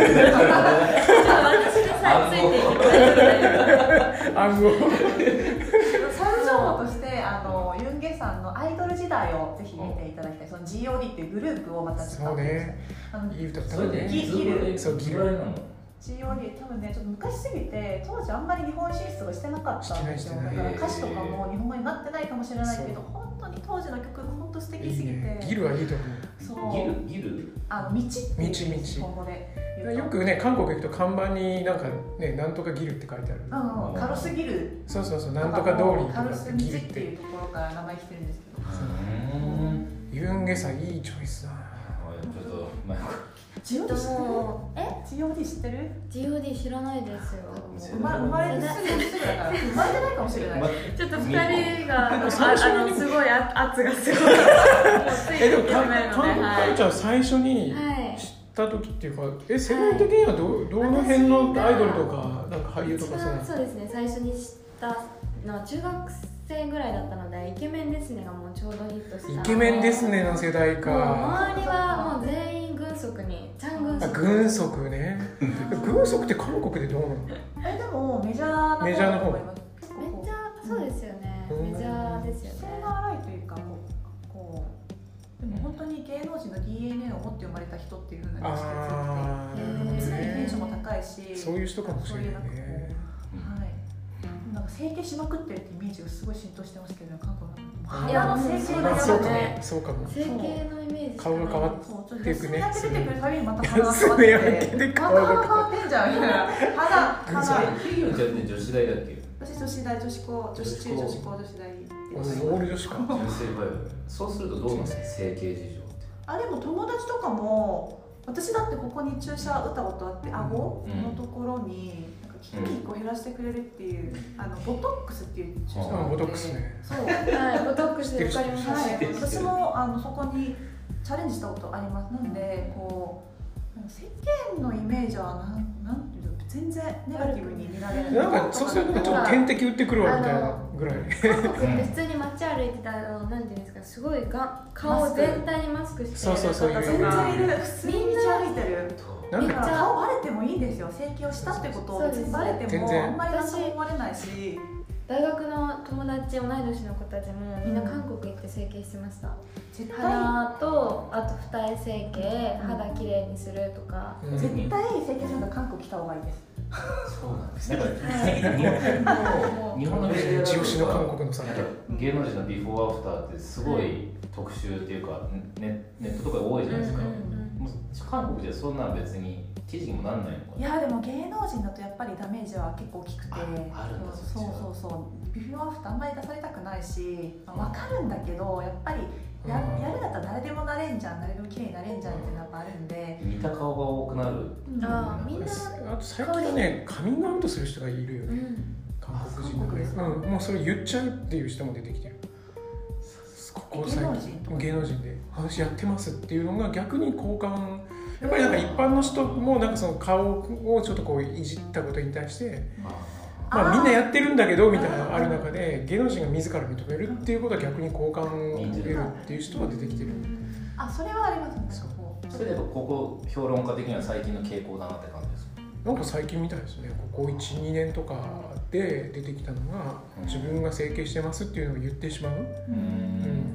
さえついていて暗号サブ情報としてあのユンゲさんのアイドル時代をぜひ見ていただきたい。その ジーオーディー っていうグループをまたそうねいい歌歌うねギルそうギルジーオーディー 多分ねちょっと昔すぎて当時あんまり日本進出がしてなかったんですよ。だから歌詞とかも日本語になってないかもしれないけど本当に当時の曲が本当素敵すぎていい、 ね、ギルはいいと思う。 そうギルギルあの道っていう日本語でよくね韓国行くと看板になんかねなんとかギルって書いてある、 うんうん、カロスギルそうそうそうなんとか通りとかカロスギルっていうところから名前来てるんですけどユンゲさんいいチョイスだな。 ちょっと前ジーオーディー 知ってる？ えジーオーディー 知ってる？ ジーオーディー 知らないですよ。 生ま生まれてすぐすぐだから生まれてないかもしれない。 ちょっと二人があのすごい圧がすごい。 えでも韓国カルチャー最初に知った時っていうか、え世代的にはどどの辺のアイドルとかなんか俳優とかそうですね最初に知ったのは中学生ぐらいだったのでイケメンですねがもうちょうどヒットした。 イケメンですねの世代か。 周りはもう全員軍足にチャン軍足。 軍足ね。軍足って韓国でどうなの？ えでもメジャーなメジャーの方。 メジャーそうですよね。メジャーですよね。 それが荒いというかこうこうでも本当に芸能人の ディーエヌエー を持って生まれた人っていう風な認識がついて、常にテンションも高いし、 そういう人かもしれないね。 なんか整形しまくってるってイメージがすごい浸透してますけど、韓国のいやもう整形がそうかもそうかも整形のイメージ顔が変わっていくね。 休み明け出てくるたびにまた顔が変わってて、また顔変わってんじゃんみたいな。肌肌。 ヒギョンちゃんって女子大だっけ？ 私女子大女子校女子中女子校女子大。 オール女子か。 女子大そうするとどうなんですか整形事情って。 あでも友達とかも私だってここに注射打ったことあって顎のところに筋肉を減らしてくれるっていう、あのボトックスっていう注射があって、ボトックスね、 そう、 はい、ボトックスで分かります。 はい、私もあのそこにチャレンジしたことあります。なんでこう世間のイメージはなんなんていうの、全然ネガティブに見られる。 なんかそうするとちょっと点滴打ってくるわみたいなぐらい。 韓国って普通に街歩いてたら、なんていうんですか、すごいが顔全体にマスクしてるそうそうそういう全然いる。普通に道歩いてる。 なんかだから顔バレてもいいんですよ。整形をしたってことを別にバレてもあんまりなんとも思われないし。 大学の友達、同い年の子たちもみんな韓国行って整形してました。 絶対鼻とあと二重整形、肌きれいにするとか。 うん、 絶対整形するの韓国来た方がいいです。 そうなんですね。日本のメディア一押しの韓国のさ、 芸能人のビフォーアフターってすごい特集っていうか、ネ, ネットとか多いじゃないですか。もう韓国ではそんなん別に記事にもなんないのかな。 いやでも芸能人だとやっぱりダメージは結構大きくて、 あるんだ。 そうそうそうビフォーアフターあんまり出されたくないし、まあ、分かるんだけどやっぱり や, やるんだったら誰でもなれんじゃん、誰でも綺麗になれんじゃんっていうのがあるんで、 似た顔が多くなる。 ああ、みんなあと最近はね、カミングアウトする人がいるよね、うん、韓国人とか、うん、もうそれ言っちゃうっていう人も出てきてる。ここ最近芸能人で私やってますっていうのが逆に好感、やっぱりなんか一般の人もなんかその顔をちょっとこういじったことに対して、まあみんなやってるんだけどみたいなのがある中で、芸能人が自ら認めるっていうことは逆に好感を得るっていう人が出てきてる。 あ、それはありますね。 それでここ評論家的には最近の傾向だなって感じですか。 なんか最近みたいですね。ここ いち、にねんとかで出てきたのが、自分が整形してますっていうのを言ってしまう。うん、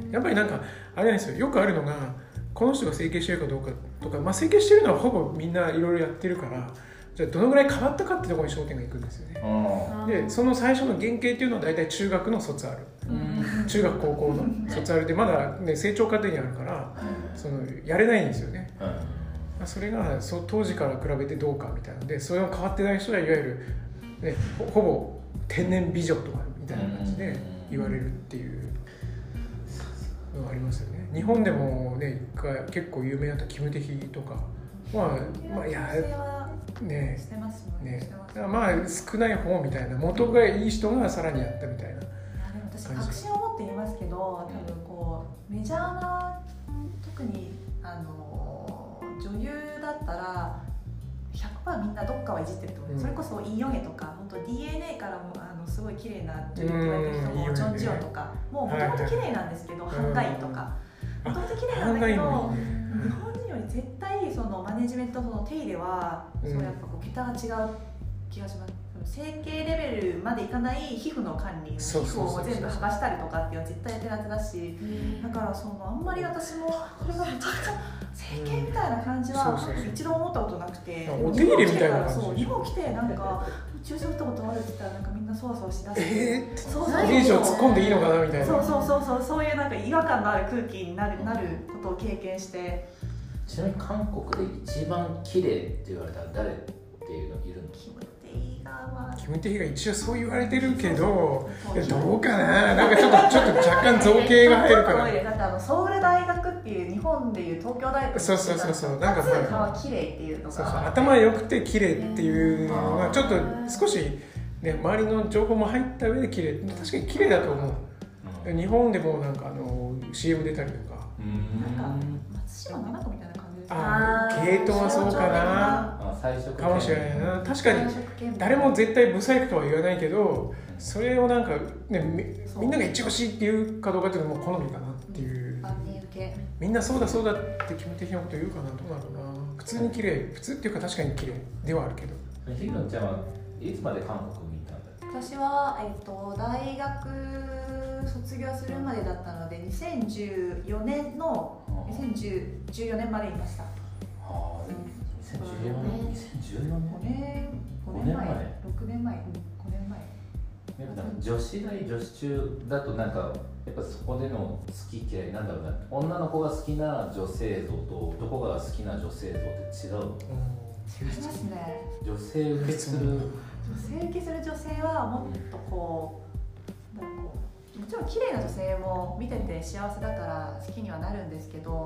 やっぱりなんかあれなんですよ。よくあるのが、この人が整形してるかどうかとか、まあ整形してるのはほぼみんないろいろやってるから、じゃあどのぐらい変わったかってところに焦点がいくんですよね。で、その最初の原型っていうのは大体中学の卒アル、中学高校の卒アルでまだ、ね、成長過程にあるから、そのやれないんですよね。それがそ当時から比べてどうかみたいなので、それが変わってない人はいわゆる、ね、ほ, ほぼ天然美女とかみたいな感じで言われるっていうのがありますよね。日本でもね、一回結構有名だったキム・テヒとかは、まあいやねしてますもんね。 ね、まあ少ない方みたいな、元がいい人がさらにやったみたいな。いやでも私確信を持って言いますけど、多分こうメジャーな、特にあの女優だったら ひゃくパーセント みんなどっかはいじってると思う、うん、それこそイ・ヨンエとか本当 ディーエヌエー からもあのすごい綺麗な女優って言われてる人も、ジョン・ジオンとかもうもともと綺麗なんですけど、ハンガインとかもともと綺麗なんだけど、日本人より絶対そのマネジメント、その手入れは、うん、そうやっぱこう桁が違う気がします。整形レベルまでいかない皮膚の管理、皮膚を全部剥がしたりとかっていうのは絶対やってなってだし、だからそのあんまり私もこれがめちゃくちゃ整形みたいな感じは一度も思ったことなくて、 お手入れみたいな感じ。 そう、日本来てなんか注射打ったことあるって言ったらなんかみんなそわそわしだして、 えー、 そうそう以上突っ込んでいいのかなみたいな。 そうそうそうそう、そういうなんか違和感のある空気になるなることを経験して。 ちなみに韓国で一番綺麗って言われたら誰っていうのいるの？ キム・テヒが一応そう言われてるけど、どうかな、なんかちょっとちょっと若干造形が入るから。 だってあのソウル大学っていう日本でいう東京大学、 そうそうそうそう、なんかまあ綺麗っていうのが、 そうそう、頭良くて綺麗っていうのがちょっと少しね、周りの情報も入った上で綺麗、確かに綺麗だと思う。日本でもなんかあの シーエム 出たりとか、 なんか松島菜々子みたいな感じですか。 ああ、系統はそうかな。かもしれないな。確かに誰も絶対ブサイクとは言わないけど、それをなんか、ね、み, みんなが一押しっていうかどうかっていうのも好みかなっていう。みんなそうだそうだって決めてきなこと言うかな、どうなるかな。普通に綺麗、普通っていうか確かに綺麗ではあるけど。 ひろちゃんはいつまで韓国にいたんだっけ？ 私は、えっと、大学卒業するまでだったのでにせんじゅうよねんのにせんじゅうよねんまでいました。 にせんじゅうよねん、にせんじゅうよねん、 ごねんまえ、ろくねんまえ、ごねんまえ。 女子大、女子中だとなんかやっぱそこでの好き嫌いなんだろうな、女の子が好きな女性像と男が好きな女性像って違うの？ 違いますね。 女性受けする女性受けする女性はもっとこう、なんかこうもちろん綺麗な女性も見てて幸せだから好きにはなるんですけど、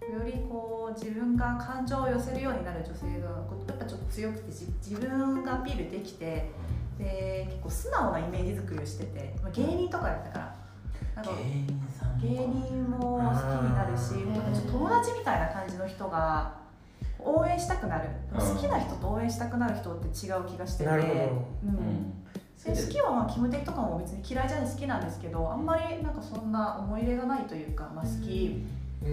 よりこう自分が感情を寄せるようになる女性がやっぱちょっと強くて自分がアピールできてで結構素直なイメージ作りをしてて芸人とかやったからなんか芸人さん芸人も好きになるしちょっと友達みたいな感じの人が応援したくなる好きな人と応援したくなる人って違う気がしててなるほど、 うんうんで好きはまあキムテキとかも別に嫌いじゃない好きなんですけどあんまりなんかそんな思い入れがないというか、まあ、好き、 うん、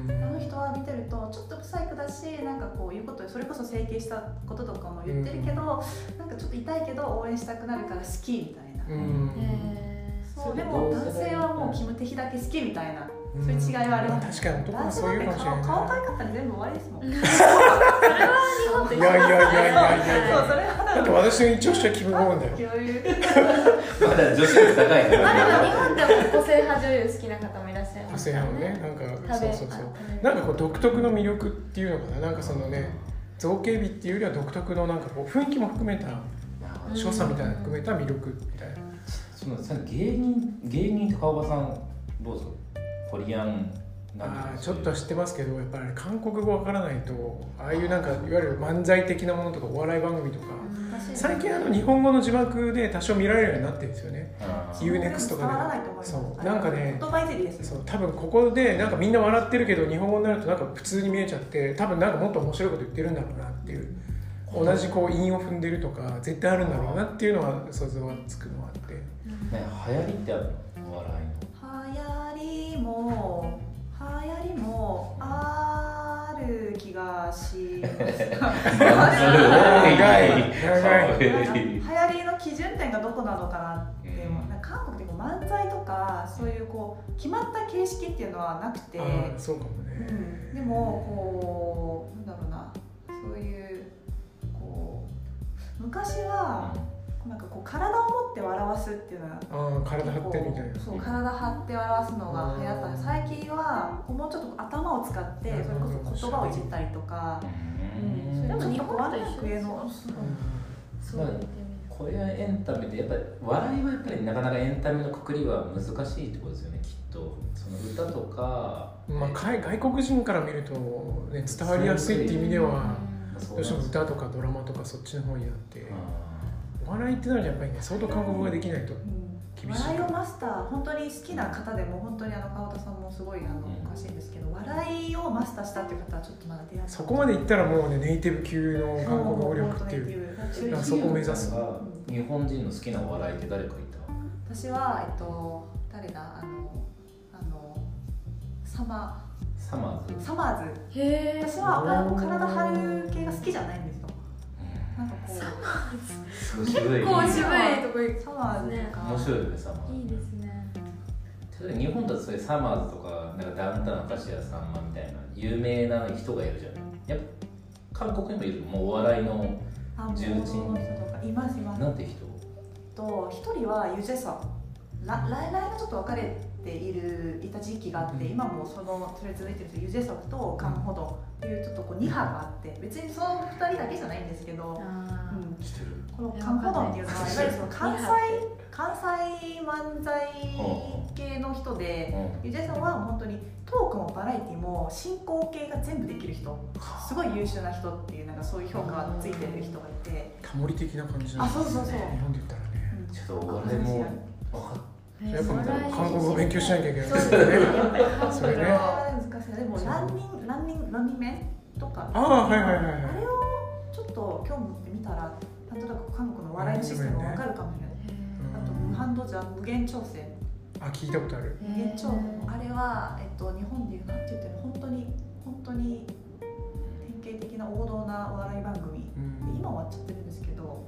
あの人は見てるとちょっとブサイクだしなんかこういうことそれこそ整形したこととかも言ってるけど、うん、なんかちょっと痛いけど応援したくなるから好きみたいな、 うん、 そうでも男性はもうキムテキだけ好きみたいなそういう違いはあります、 確かに男はそういうかもしれない。 顔変え方で全部終わりですもん。それは日本でいやいやいやいやいや。 そうそれはだって私の一押しはキム・ゴーンだよ。 まだ女子力高いから。 まあでも日本でも個性派女優好きな方もいらっしゃいますからね。 個性派のね、なんかそうそうそう。なんかこう独特の魅力っていうのかな、なんかそのね、造形美っていうよりは独特のなんかこう雰囲気も含めた所作みたいなの含めた魅力みたいな。 その芸人芸人って川場さんどうぞ。コリアンあちょっと知ってますけどやっぱり韓国語わからないとああいうなんかいわゆる漫才的なものとかお笑い番組とか最近あの日本語の字幕で多少見られるようになってるんですよね ユーネクスト とかでそうなんかねそう多分ここでなんかみんな笑ってるけど日本語になるとなんか普通に見えちゃって多分なんかもっと面白いこと言ってるんだろうなっていう同じこう韻を踏んでるとか絶対あるんだろうなっていうのは想像がつくのがあって、ね、 流行りってあるのお笑いの流行りも流行りもある気がします長い長い流行りの基準点がどこなのかなっていう、うん、なんか韓国でこう漫才とかそういうこう決まった形式っていうのはなくてそうかもね、 うん、でもこうなんだろうなそういうこう昔は、うんなんかこう体を持って笑わすっていうのはあ体張ってみたいなそう体張って笑わすのが流行ったんで最近はもうちょっと頭を使ってそれこそ言葉をいじったりとか、うん、それも日本と一緒ですよ。 こういうエンタメでやっぱり笑いはやっぱりなかなかエンタメのくくりは難しいってことですよねきっとその歌とか、 まあ、外国人から見ると、ね、伝わりやすいっていう意味ではどうしても歌とかドラマとかそっちの方になってお笑いってなるとやっぱりね相当韓国語ができないと厳しい、うん、笑いをマスター本当に好きな方でも本当にあの川田さんもすごいあの、うん、おかしいんですけど笑いをマスターしたっていう方はちょっとまだ出会ってそこまでいったらもうねネイティブ級の韓国語力っていうそこを目指す日本人の好きなお笑いって誰かいた私は、えっと、誰だあのあのサマサマーズサマーズへ私は体張る系が好きじゃないんですよなんかこうサマーズ結構渋いとこ行くサマーズとか面白いよねサマーズいいですね例えば日本だとそういうサマーズとかなんかダウンタウンの明石家さんまみたいな有名な人がいるじゃんやっぱ韓国にもいるもうお笑いの重鎮いますいますなんて人と一人はユジェソン来来がちょっと別れているいた時期があって、うん、今もそのそれ続いてるんですユジェソンとカンホドっていうちょっとこうに派があって別にそのふたりだけじゃないんですけど、うん、このカンホドっていうのはいわゆるその関西関西漫才系の人で、うん、ユジェソンは本当にトークもバラエティも進行形が全部できる人すごい優秀な人っていうなんかそういう評価がついてる人がいてタモリ的な感じなんですね。あそうそうそう日本で言ったらね、 うん、ちょっと俺も分かっやっぱ韓国語を勉強しなきゃいけないですよね。 それね。難しい。でもランニンランニンランニンメンとか。 ああはいはいはい。 あれをちょっと興味持ってみたら、なんとなく韓国の笑いのシステムがわかるかもしれない。あと無ハンドジャン無限調整。 あ聞いたことある。 無限調整。あれはえっと日本でいうなんて言ってる本当に本当に典型的な王道なお笑い番組。今終わっちゃってるんですけど。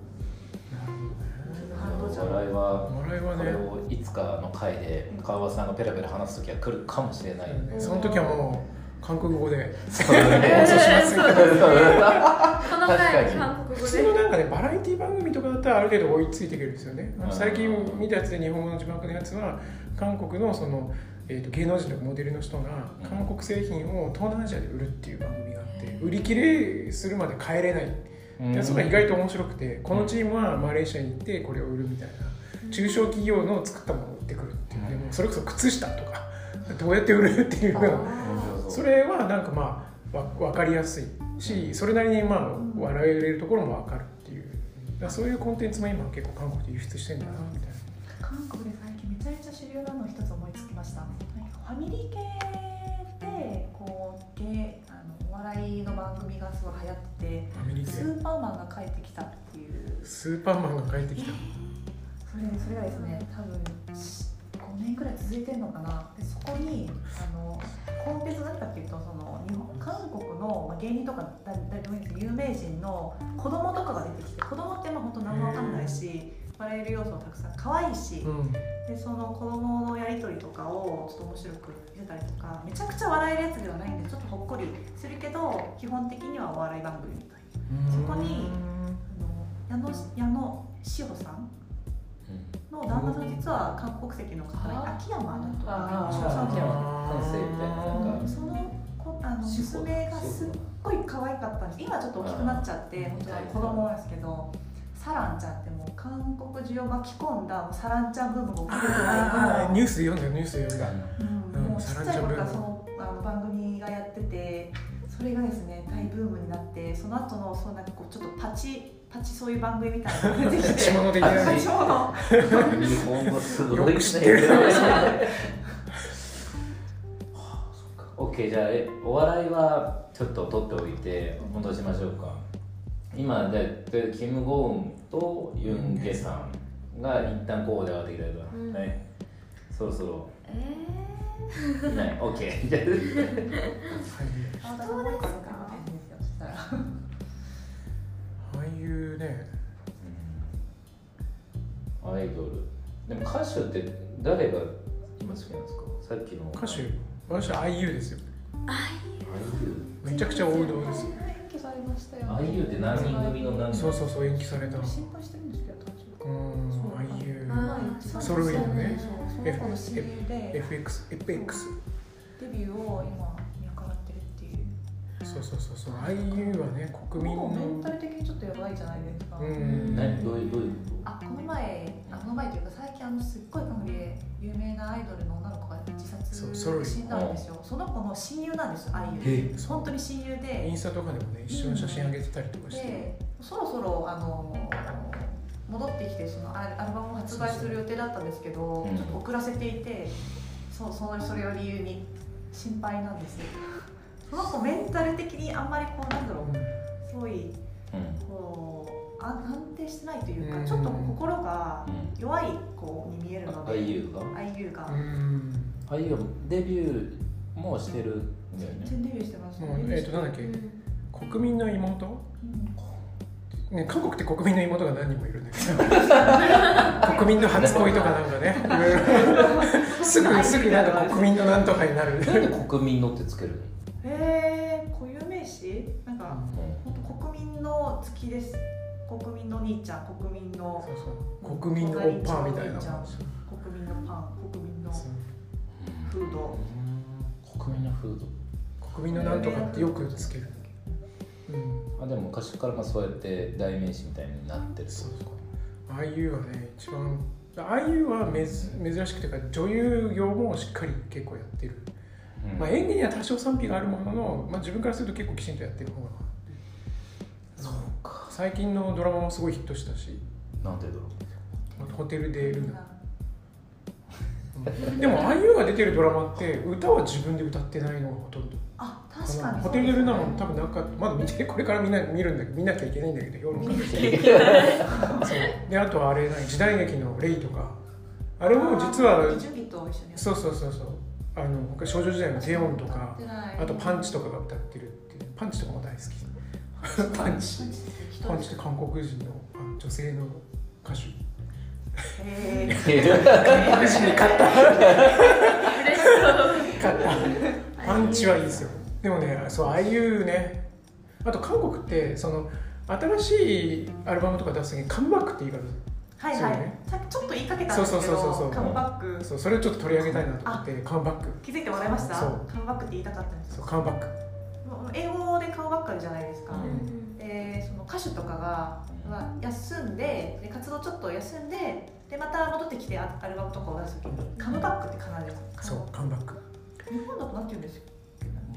笑いは笑いはね、 これをいつかの回で川端さんがペラペラ話す時は来るかもしれないよね。 その時はもう韓国語で放送しますけど、この回韓国語で。 普通のなんかねバラエティ番組とかだったらある程度追いついてくるんですよね。最近見たやつで日本語の字幕のやつは韓国のそのえーと芸能人とかモデルの人が韓国製品を東南アジアで売るっていう番組があって売り切れするまで帰れない。でそれが意外と面白くてこのチームはマレーシアに行ってこれを売るみたいな中小企業の作ったものを売ってくるっていうでもそれこそ靴下とかどうやって売るっていうようなそうそれはなんかまあわ分かりやすいし、それなりにまあ笑えるところも分かるっていう、だからそういうコンテンツも今結構韓国で輸出してんだなみたいな。 韓国で最近めちゃめちゃ主流なの一つ思いつきました。ファミリー系でこうゲあのお笑いの番組がすごい流行ってて、 ファミリー系スーパーマンが帰ってきたっていう。 スーパーマンが帰ってきた。 それそれがですね、多分ごねんくらい続いてるのかな。でそこにあのコンテンツ何かっていうと、その日本韓国の、まあ、芸人とか誰でもいいんですけど有名人の子供とかが出てきて、子供ってまあ本当何も分かんないし笑える要素もたくさん可愛いし、うん、でその子供のやり取りとかをちょっと面白く見せたりとか、めちゃくちゃ笑えるやつではないんでちょっとほっこりするけど基本的にはお笑い番組みたいな。そこにあの矢野矢野志保さんの旦那さん、実は韓国籍の方で秋山の人がその子あの娘がすっごい可愛かったんです。今ちょっと大きくなっちゃって本当は子供なんですけど、サランちゃんってもう韓国中を巻き込んだサランちゃんブームが起きてるぐらいのニュースで読んだニュースで読んだ、 うん、もうちっちゃい頃からそのあの番組がやってて、それがですね大ブームになって、その後のそうなんかこうちょっとパチパチそういう番組みたいなのが出てきて、パチモノ的なパチモノ日本語すごいね。オッケー、じゃあえお笑いはちょっと取っておいて戻しましょうか。今でキム・ゴウンとユン・ゲさんが一旦候補で上がってきたけど、うん、ね、そろそろえー、 いない。オッケー。じゃあ、どうですか。 ああいうね、 うん、アイドル。でも歌手って誰が今好きなんですか。さっきの歌手、私は アイユー ですよ。 アイユー めちゃくちゃ王道ですよ。 アイユー って何人組の何人？ そうそうそう、延期された。 心配してるんですけど、 うん、アイユー、ソルウィンのね、エフエックス、エフエックスデビューを今見計らってるっていう。 そうそうそうそう、アイユーはね、国民のメンタル的にちょっとやばいじゃないですか。 うん、 何どういうどういうこと？ あ、この前、あこの前というか最近あのすっごい韓国で有名なアイドルの女の子が自殺で死んだんですよ。その子の親友なんですよ、アイユー。本当に親友で。 インスタとかでもね、一緒の写真上げてたりとかして。 で、そろそろあの戻ってきてそのアルバムを発売する予定だったんですけど、ちょっと遅らせていて、そうそのそれを理由に心配なんですよ。その子メンタル的にあんまりこうなんだろう、すごいこう安定してないというか、ちょっと心が弱い子に見えるので、 アイユーがアイユーがアイユーがデビューもしてるんだよね。 全然デビューしてます。 もうえっとなんだっけ、国民の妹、ね、韓国って国民の妹が何人もいるんだけど国民の初恋とかなんかねすぐすぐなんか国民のなんとかになる。 なんで国民のってつけるの？ えー、固有名詞なんか、うん、本当国民の月です。国民の兄ちゃん、国民のそうそう国民のオッパーみたいな、 国民のパン、国民のフード、 国民のフード、 国民のなんとかってよくつける。 うん、あでも昔からまあそうやって代名詞みたいになってる。そうそう。 アイユーはね一番、アイユーはめず珍しくてか女優業もしっかり結構やってる。うん、まあ演技には多少賛否があるものの、まあ自分からすると結構きちんとやってる方が。そうか。最近のドラマもすごいヒットしたし。 なんでだろう。ホテルでルナ。うん、でもアイユーが出てるドラマって歌は自分で歌ってないのがほとんど。 あ、確かに。 ホテルでルナも多分なんかまだ見てこれからみんな見るんだけど見なきゃいけないんだけど評論家そうで、あとはあれ何時代劇のレイとかあれも実はそうそうそうそうあの少女時代のテオンとかあとパンチとかが歌ってるっていうパンチとかも大好きパンチパンチって韓国人の女性の歌手へぇ韓国人に勝った勝ったパンチはいいですよ。でもね、そう、ああいうね、あと韓国ってその新しいアルバムとか出す時にカムバックって言い方はいはい、ね、さっきちょっと言いかけたんですけど、そうそうそうそうカムバック、 そうそれをちょっと取り上げたいなと思ってカムバック気づいてもらいました？そうカムバックって言いたかったんですよ。 そうカムバック英語でカムバックあるじゃないですか、うん、でその歌手とかが、まあ、休んで、で活動ちょっと休んででまた戻ってきてアルバムとかを出す時にカムバックって必ずそうカムバック日本だとなんて言うんですよ。 日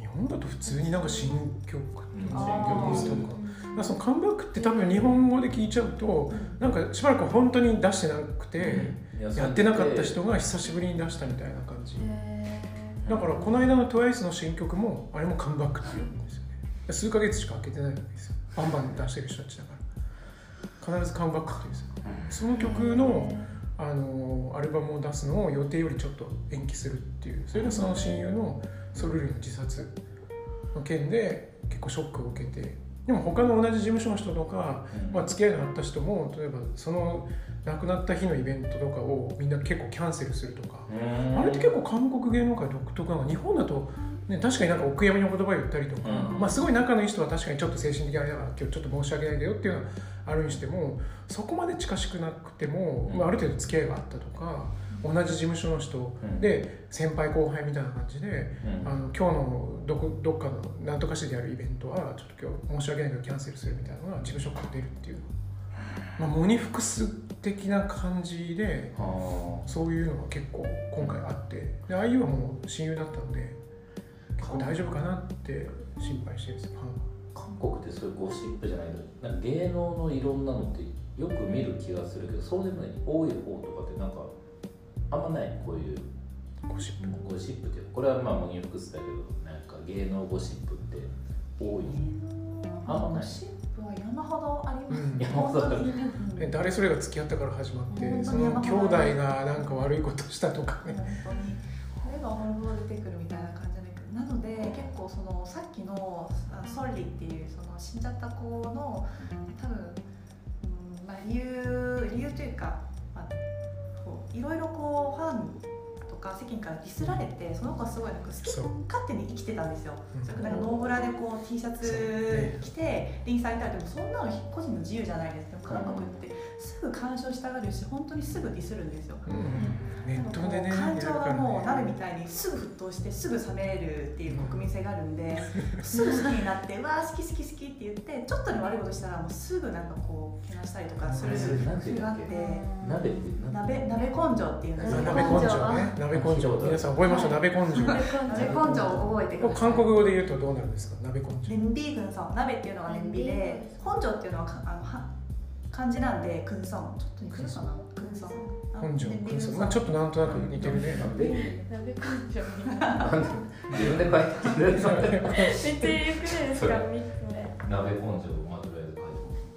本だと普通になんか新曲とかうん選曲リストとか、だからそのカムバックって多分日本語で聞いちゃうとなんかしばらく本当に出してなくて、うん、やってなかった人が久しぶりに出したみたいな感じ。だからこの間の トゥワイス の新曲もあれもカムバックって言うんですよね。数ヶ月しか開けてないわけですよ。バンバン出してる人たちだから必ずカムバックって言うんですよ。その曲のあのアルバムを出すのを予定よりちょっと延期するっていう、それがその親友のソルリの自殺の件で結構ショックを受けて、でも他の同じ事務所の人とか、まあ、付き合いのあった人も例えばその亡くなった日のイベントとかをみんな結構キャンセルするとか、あれって結構韓国芸能界独特なの。日本だと、ね、確かになんかお悔やみの言葉言ったりとか、うん、まあ、すごい仲のいい人は確かにちょっと精神的あれだから今日ちょっと申し訳ないけどっていうのはあるにしても、そこまで近しくなくても、まあ、ある程度付き合いがあったとか、同じ事務所の人で先輩後輩みたいな感じで、うん、あの今日のどこどっかの何とか市でやるイベントはちょっと今日申し訳ないけどキャンセルするみたいなのが事務所から出るっていう、まあ、モニフクス的な感じでそういうのが結構今回あって、で アイユー はもう親友だったので結構大丈夫かなって心配してるんですよ。 韓国ってそういうゴシップじゃないけど、なんか芸能のいろんなのってよく見る気がするけど、そうでもない多い方とかってなんかあんまない、こういうゴシップゴシップっていうこれはまあモニフクスだけど、なんか芸能ゴシップって多いあんまない。ゴシップは山ほどあります、うん、 山ほどある、 うん、誰それが付き合ったから始まって、その兄弟がなんか悪いことしたとかね、 本当にこれがほど出てくるみたいな感じじゃないけど、なので結構そのさっきのソルリっていうその死んじゃった子の多分、うん、まあ、理由理由というか、まあ、こういろいろこうファンとか世間からディスられて、その子はすごいなんか好き勝手に生きてたんですよ。それなんかノーブラでこう T シャツ着てリンされたり、でもそんなの個人の自由じゃないです。でも韓国ってすぐ干渉したがるし、本当にすぐディスるんですよ。うん、ネットでね、感情がもう鍋みたいにすぐ沸騰してすぐ冷めるっていう国民性があるんで、すぐ好きになってうわー好き好き好きって言って、ちょっとでも悪いことしたらもうすぐなんかこうけなしたりとかするのがあって、鍋鍋鍋根性っていうんですよ。 鍋根性ね、鍋根性、皆さん覚えましょう。鍋根性、鍋根性を覚えてください。 韓国語で言うとどうなるんですか。鍋根性、 年美君さん、鍋っていうのが年美で、根性っていうのはあのは漢字なんで、君さん、ちょっと似てるかな、君さん。 根性、君さん、まあちょっとなんとなく似てるね。 なんで？ 鍋根性。 自分で書いてる。めっちゃよくないですか、みっつで。 鍋根性をまとめて書いて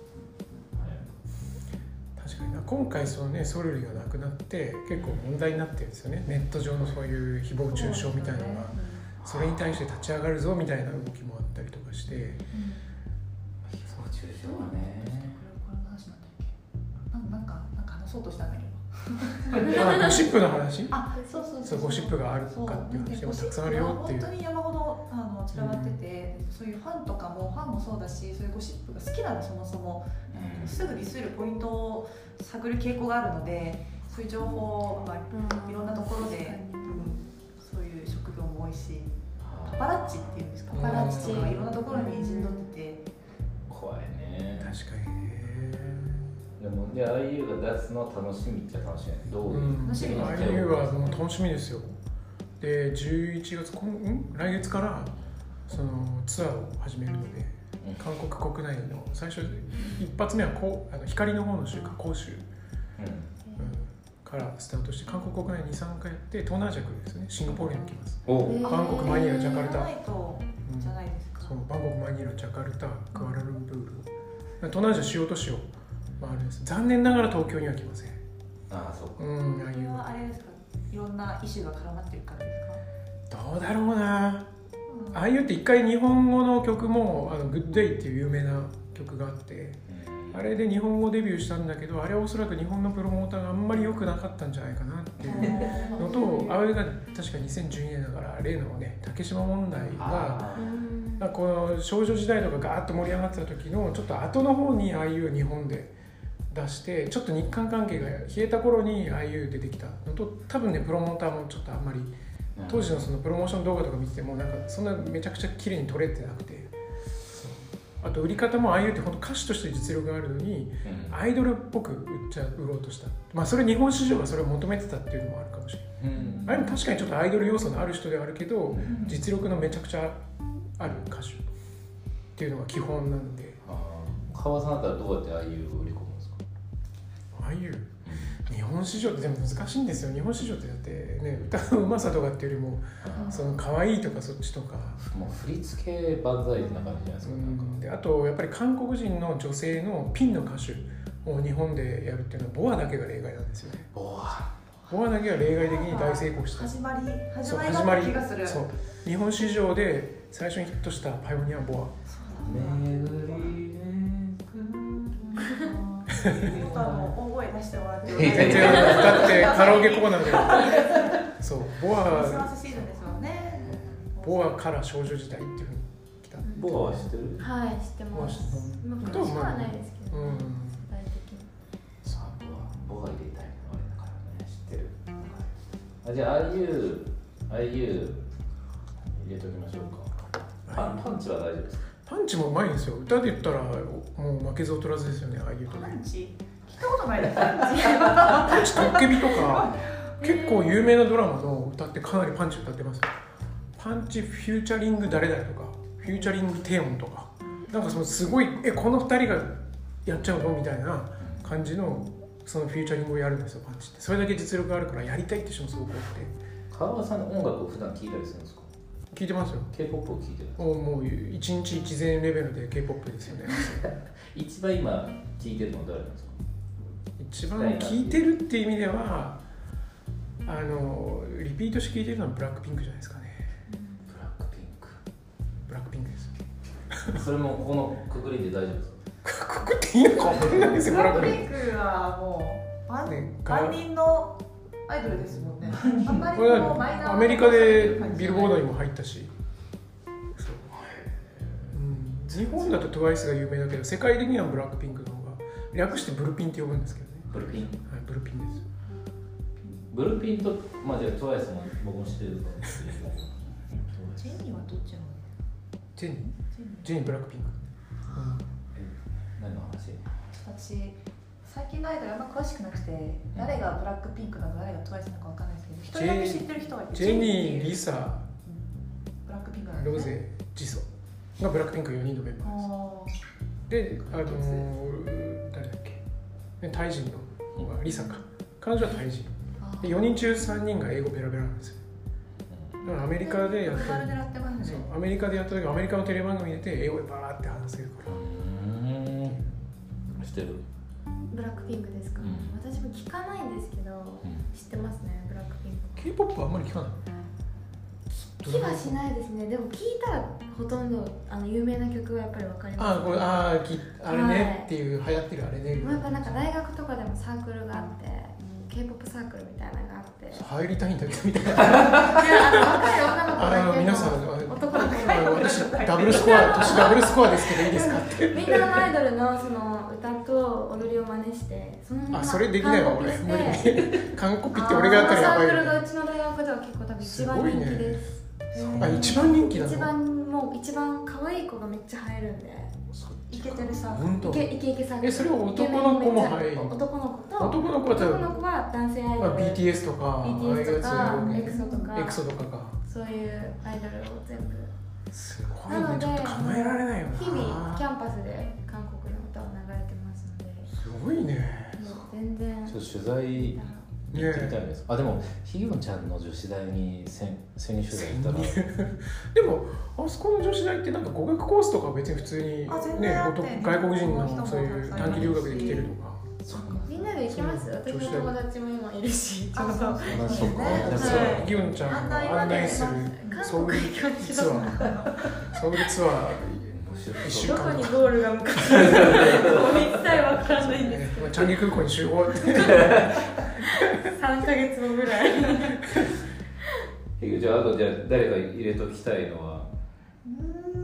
ます。確かにな、今回そのねソルリがなくなって結構問題になってるんですよね。ネット上のそういう誹謗中傷みたいなのが、それに対して立ち上がるぞみたいな動きもあったりとかして。誹謗中傷はね。 なんか、なんか話そうとしたんだけど。 ゴシップの話？ あ、そうそうそう。 ゴシップがあるかっていう話でもたくさんあるよっていう。 本当に山ほどあの散らばってて、うん、そういうファンとかもファンもそうだし、そういうゴシップが好きなのそもそも、うん、すぐディスるポイントを探る傾向があるので、そういう情報を、まあ、うん、いろんなところで、うん、そういう職業も多いし、パパラッチっていうんですか、パパラッチとかいろんなところに陣取ってて、 怖いね。 確かに。 でもで アイユー が出すのは楽しみっちゃ楽しみ。どういう楽しみ？ アイユー はもう楽しみですよ。でじゅういちがつ、こんん来月からそのツアーを始めるので、うん、韓国国内の最初一発目はこうあの光の方の州か広州、うんうん、からスタートして韓国国内に、さんかいやって、東南アジア来るんですよね。シンガポールに来ます。バンコク、マニラ、ジャカルタ、 うん、じゃないですか。 そう、バンコク、マニラ、ジャカルタ、クアラルンプール、東南アジア主要都市を回るんです。残念ながら東京には来ません。 ああ、そうか。 うん、ああいうあれですか。いろんなイシューが絡まってるからですか。 どうだろうな。うん、ああいうって一回日本語の曲もあのグッドデイっていう有名な曲があって、うん、あれで日本語デビューしたんだけど、あれはおそらく日本のプロモーターがあんまり良くなかったんじゃないかなっていうのと、あれが確かにせんじゅうにねんだから例のね竹島問題が。この少女時代とかガーッと盛り上がってた時のちょっと後の方にああいう日本で出して、ちょっと日韓関係が冷えた頃にああいう出てきたのと、多分ねプロモーターもちょっとあんまり当時のそのプロモーション動画とか見ててもなんかそんなめちゃくちゃ綺麗に撮れてなくて、あと売り方もああいうって本当歌手として実力があるのにアイドルっぽく売っちゃ売ろうとした。まあそれ日本市場がそれを求めてたっていうのもあるかもしれない。あれも確かにちょっとアイドル要素のある人ではあるけど、実力のめちゃくちゃある歌手っていうのが基本なんで。 川さんだったらどうやってああいう売り込むんですか？ ああいう日本市場ってでも難しいんですよ。日本市場ってだってね、歌のうまさとかっていうよりもその可愛いとかそっちとかもう振り付け万歳な感じじゃないですか。なんかで、あとやっぱり韓国人の女性のピンの歌手を日本でやるっていうのはボアだけが例外なんですよね。 ボアボアだけは例外的に大成功した。 始まり始そうまりだった気がする。 そう日本市場で最初にヒットしたパイオニアボア。 ちょっとあの大声出してもらって。 全然歌ってカラオケコーナーで。そうボア。 クリスマスシーズンですよね。 ボアから少女時代っていうふうに来た。 ボアは知ってる？ はい、知ってます。まあ、今年はないですけど、ね、うん、具体的に。 さあ、ボア、ボア入れたいのあれだからね、知ってる。あ、じゃあ、ああいう、ああいう入れときましょうか。パン、パンチは大丈夫ですか？ パンチもうまいんですよ。歌で言ったらもう負けず劣らずですよね。ああいうとパンチ聞いたことないです。 パンチトッケビとか結構有名なドラマの歌ってかなりパンチ歌ってますよ。パンチフューチャリング誰々とかフューチャリングテオンとかなんかそのすごいえこのふたりがやっちゃうのみたいな感じのそのフューチャリングをやるんですよ。パンチってそれだけ実力があるからやりたいって人もすごく多くて。 川端さんの音楽を普段聴いたりするんですか？ 聞いてますよ。 K-ポップ を聴いてるんですか？ もういちにちいちぜんレベルで K-ポップ ですよね。 一番今聴いてるのは誰なんですか？ 一番聴いてるっていう意味ではあのリピートして聴いてるのはブラックピンクじゃないですかね。 ブラックピンクブラックピンクです。 それもこのくくりで大丈夫ですか？ くくっていいのか分かんないですよ。 ブラックピンクはもう万、ね、万人のアイドルですもんね。あんまりこうマイナーアメリカでビルボードにも入ったし、そう、うん、日本だと トゥワイス が有名だけど世界的にはブラックピンクの方が略してブルピンって呼ぶんですけどね。 ブルピン、はい、 ブルピンです。 ブルピンと、まあじゃあ トゥワイス も僕も知ってるかもしれないけどジェニーはどっちなの？ ジェニー？ジェニーブラックピンク、うん、 え何の話？ 私最近のアイドルあんま詳しくなくて誰がブラックピンクなの誰が トゥワイス なのか分かんないですけど一人だけ知ってる人がいてジェニー、リサ、 うん、ブラックピンクなんですね。 ロゼ、ジソがブラックピンクよにんのメンバーです。で、あのー、誰だっけタイ人のリサか彼女はタイ人でよにん中さんにんが英語ペラペラなんですよ。だからアメリカでやった時、アメリカでやった時アメリカのテレビ番組に出て英語でバーって話せるから。 知ってる？ ブラックピンクですか？うん、私も聞かないんですけど、うん、知ってますねブラックピンク。 K-ポップ はあんまり聞かない？ 聞きはしないですね。でも聞いたらほとんどあの有名な曲はやっぱり分かります、ね、 あこれあきあれね、はい、っていう流行ってるあれね。 やっぱなんか大学とかでもサークルがあって K-ポップ サークルみたいなのがあって入りたいんだけどみたいな。いやあの若い女の子だけの皆さん男の子が私ダブルスコア年ダブルスコアですけどいいですかってみんなのアイドルのその歌と踊りを真似してそのままあそれできないわ俺無理完コピって俺がやったらやばい。 サークルがうちの大学では結構多分一番人気です。 あ一番人気なの？ 一番もう一番可愛い子がめっちゃ入るんで。 イケてるさイケイケイケさん。 えそれは男の子も入る？ 男の子と男の子は男の子は男性アイドル。 ビーティーエス とかビーティーエス とかエクソとかエクソとかか。 そういうアイドルを全部。 すごいね。ちょっと考えられないよな。 日々キャンパスで韓国の歌を流れてますので。 すごいね。 全然。 ちょっと取材行ってみたいです。あでもひよんちゃんの女子大に潜入取材行ったら。 でもあそこの女子大ってなんか語学コースとか別に普通にね外国人のそういう短期留学で来てるとか。 みんなで行きます。私の友達も今いるし。 あそうそうそう。ひよんちゃんが案内するソウルツアーソウルツアーいっしゅうかん。 どこにゴールが向かってるのか一切わからないんですけど。 チャンギ空港に集合って。 さんかげつもぐらい。 じゃああとじゃあ誰か入れときたいのは。 うー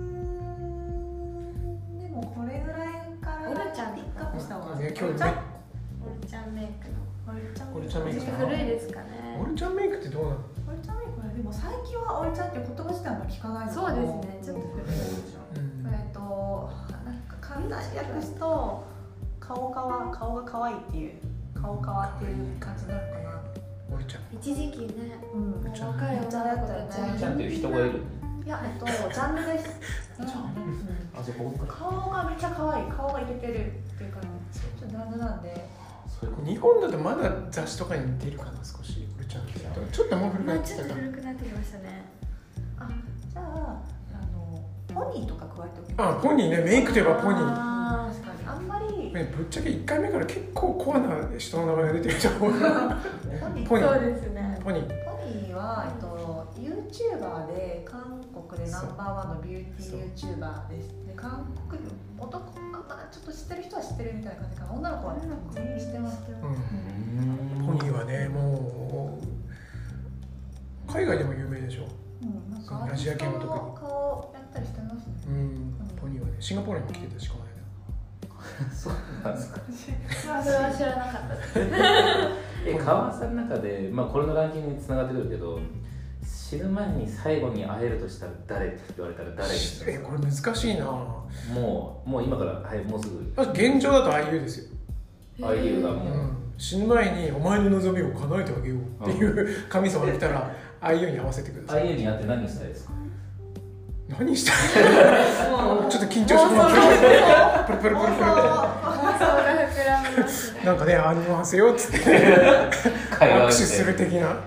んでもこれぐらいからオルちゃんピックアップした方がいい。 ね今日ね。 オルちゃんメイクの。 オルちゃんメイク。 古いですかね。 オルちゃんメイクってどうなの？ オルちゃんメイクはでも最近はオルちゃんっていう言葉自体も聞かないの。 そうですね。ちょっと古い。 えっとなんか簡単に訳すと顔かわ顔が可愛いっていう顔かわっていう感じになるかな。 オルちゃん。 一時期ね。 うん。 若い女の子たち。 オルちゃんっていう人がいる。 いいや、えっと、ジャンルです。うん、 あ、じゃあ僕顔がめっちゃ可愛い、顔がいけてるっていうか、ちょっとジャンルなんで。 そういうこと。 日本だとまだ雑誌とかに似てるかな、少し俺ちゃんとちょっともう古くまあなってきたかちょっと古くなってきましたね。 あ、じゃあ、あのポニーとか加えておきあ、 ます。 ポニーね、メイクといえばポニーあ確かに、あんまり。 ね、ぶっちゃけいっかいめから結構コアな人の名前が出てると思うポニー。 ポニーそうですね。 ポニーポニーは、えっと、YouTuber で韓国でナンバーワンのビューティー YouTuber です。で、韓国男あ、まあ、ちょっと知ってる人は知ってるみたいな感じかな。女の子は全員知ってます。 うん、ポニーはね、もう海外でも有名でしょ。 うん、なんかアジア系も特に顔やったりしてますね。 うん、ポニーはね、シンガポールにも来てたし、この間。 そうなんですか。 それは知らなかったです。 え、川さんの中で、まあこれのランキングに繋がってくるけど、死ぬ前に最後に会えるとしたら誰って言われたら誰にする？ え、これ難しいな。 もうもう今からはいもうすぐ。 現状だと アイユー ですよ。 ああいうがう、 もうん死ぬ前にお前の望みを叶えてあげようっていう神様が来たら アイユー に合わせてください。 ああいうに会って何したいですか？ 何したいの？ちょっと緊張してもらってプルプルプルプル妄想が膨らみますね。 なんかね、あんにわせよっつって握手する的な。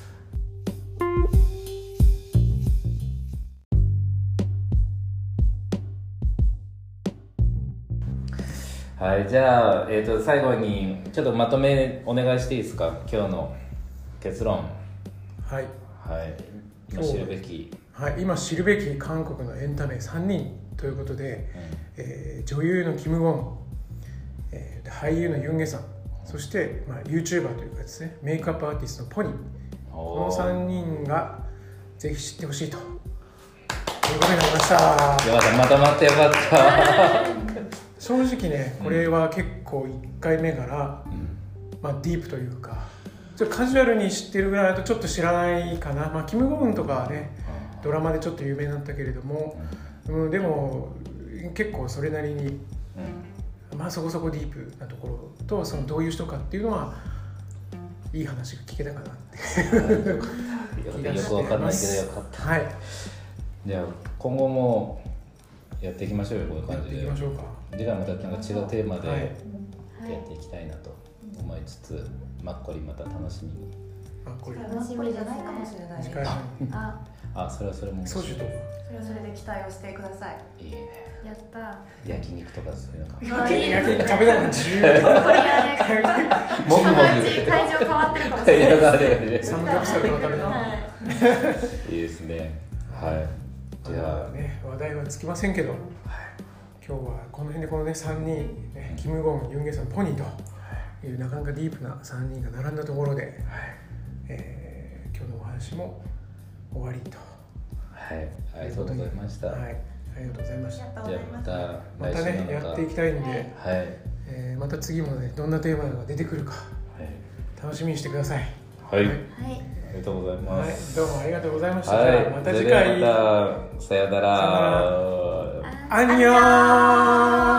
はい、じゃあ、えー、と最後にちょっとまとめお願いしていいですか？今日の結論。 はい、 はい、今知るべき、 はい、今知るべき韓国のエンタメさんにんということで、 うんえー、女優のキム・ゴン、えー、俳優のユン・ゲさん、そして、まあ、YouTuber というかですね、メイクアップアーティストのポニー、このさんにんがぜひ知ってほしいということになりました。 よかった、まとまってよかった正直ね、これは結構いっかいめから、 うん、 まあ、ディープというかちょっとカジュアルに知ってるぐらいだとちょっと知らないかな、まあ、キム・ゴンとかはねドラマでちょっと有名になったけれども、うん、でも結構それなりに、うん、まあそこそこディープなところと、そのどういう人かっていうのはいい話が聞けたかなってよくわかんないけどよかった。 はい、 じゃあ今後もやっていきましょうよ、こういうやって感じで。 いきましょうか。 次回またなんか違うテーマではいやっていきたいなと思いつつ、マッコリまた楽しみに。 あ、これ楽しみじゃないかもしれない。 次回そあ、 あ、それはそれもソジュとかれはそれで期待をしてください。 いいね。 やった。 焼肉とかそういうのか。 まあいいですね。 食べたの自由これはね、 もぐもぐそのうち会場変わってるかもしれない。 いやだねサムギョプサルとか食べたの、 はいいいですね。はい。じゃあ、 ね、話題はつきませんけど、今日はこの辺でこのねさんにん、ね、キム・ゴン、ユン・ゲさん、ポニーというなかなかディープなさんにんが並んだところで、えー今日のお話も終わりと。 はい、ありがとうございました。 はい、ありがとうございました。 ありがとうじございゃあます。 また来週またね、やっていきたいんで、 はい。 えーまた次もね、どんなテーマが出てくるかはい。 楽しみにしてください。 はい。 はいありがとうございまはい、 す。 どうもありがとうございました。 はい。 じゃあまた次それで回。 はまたさよなら。 アンニョーン。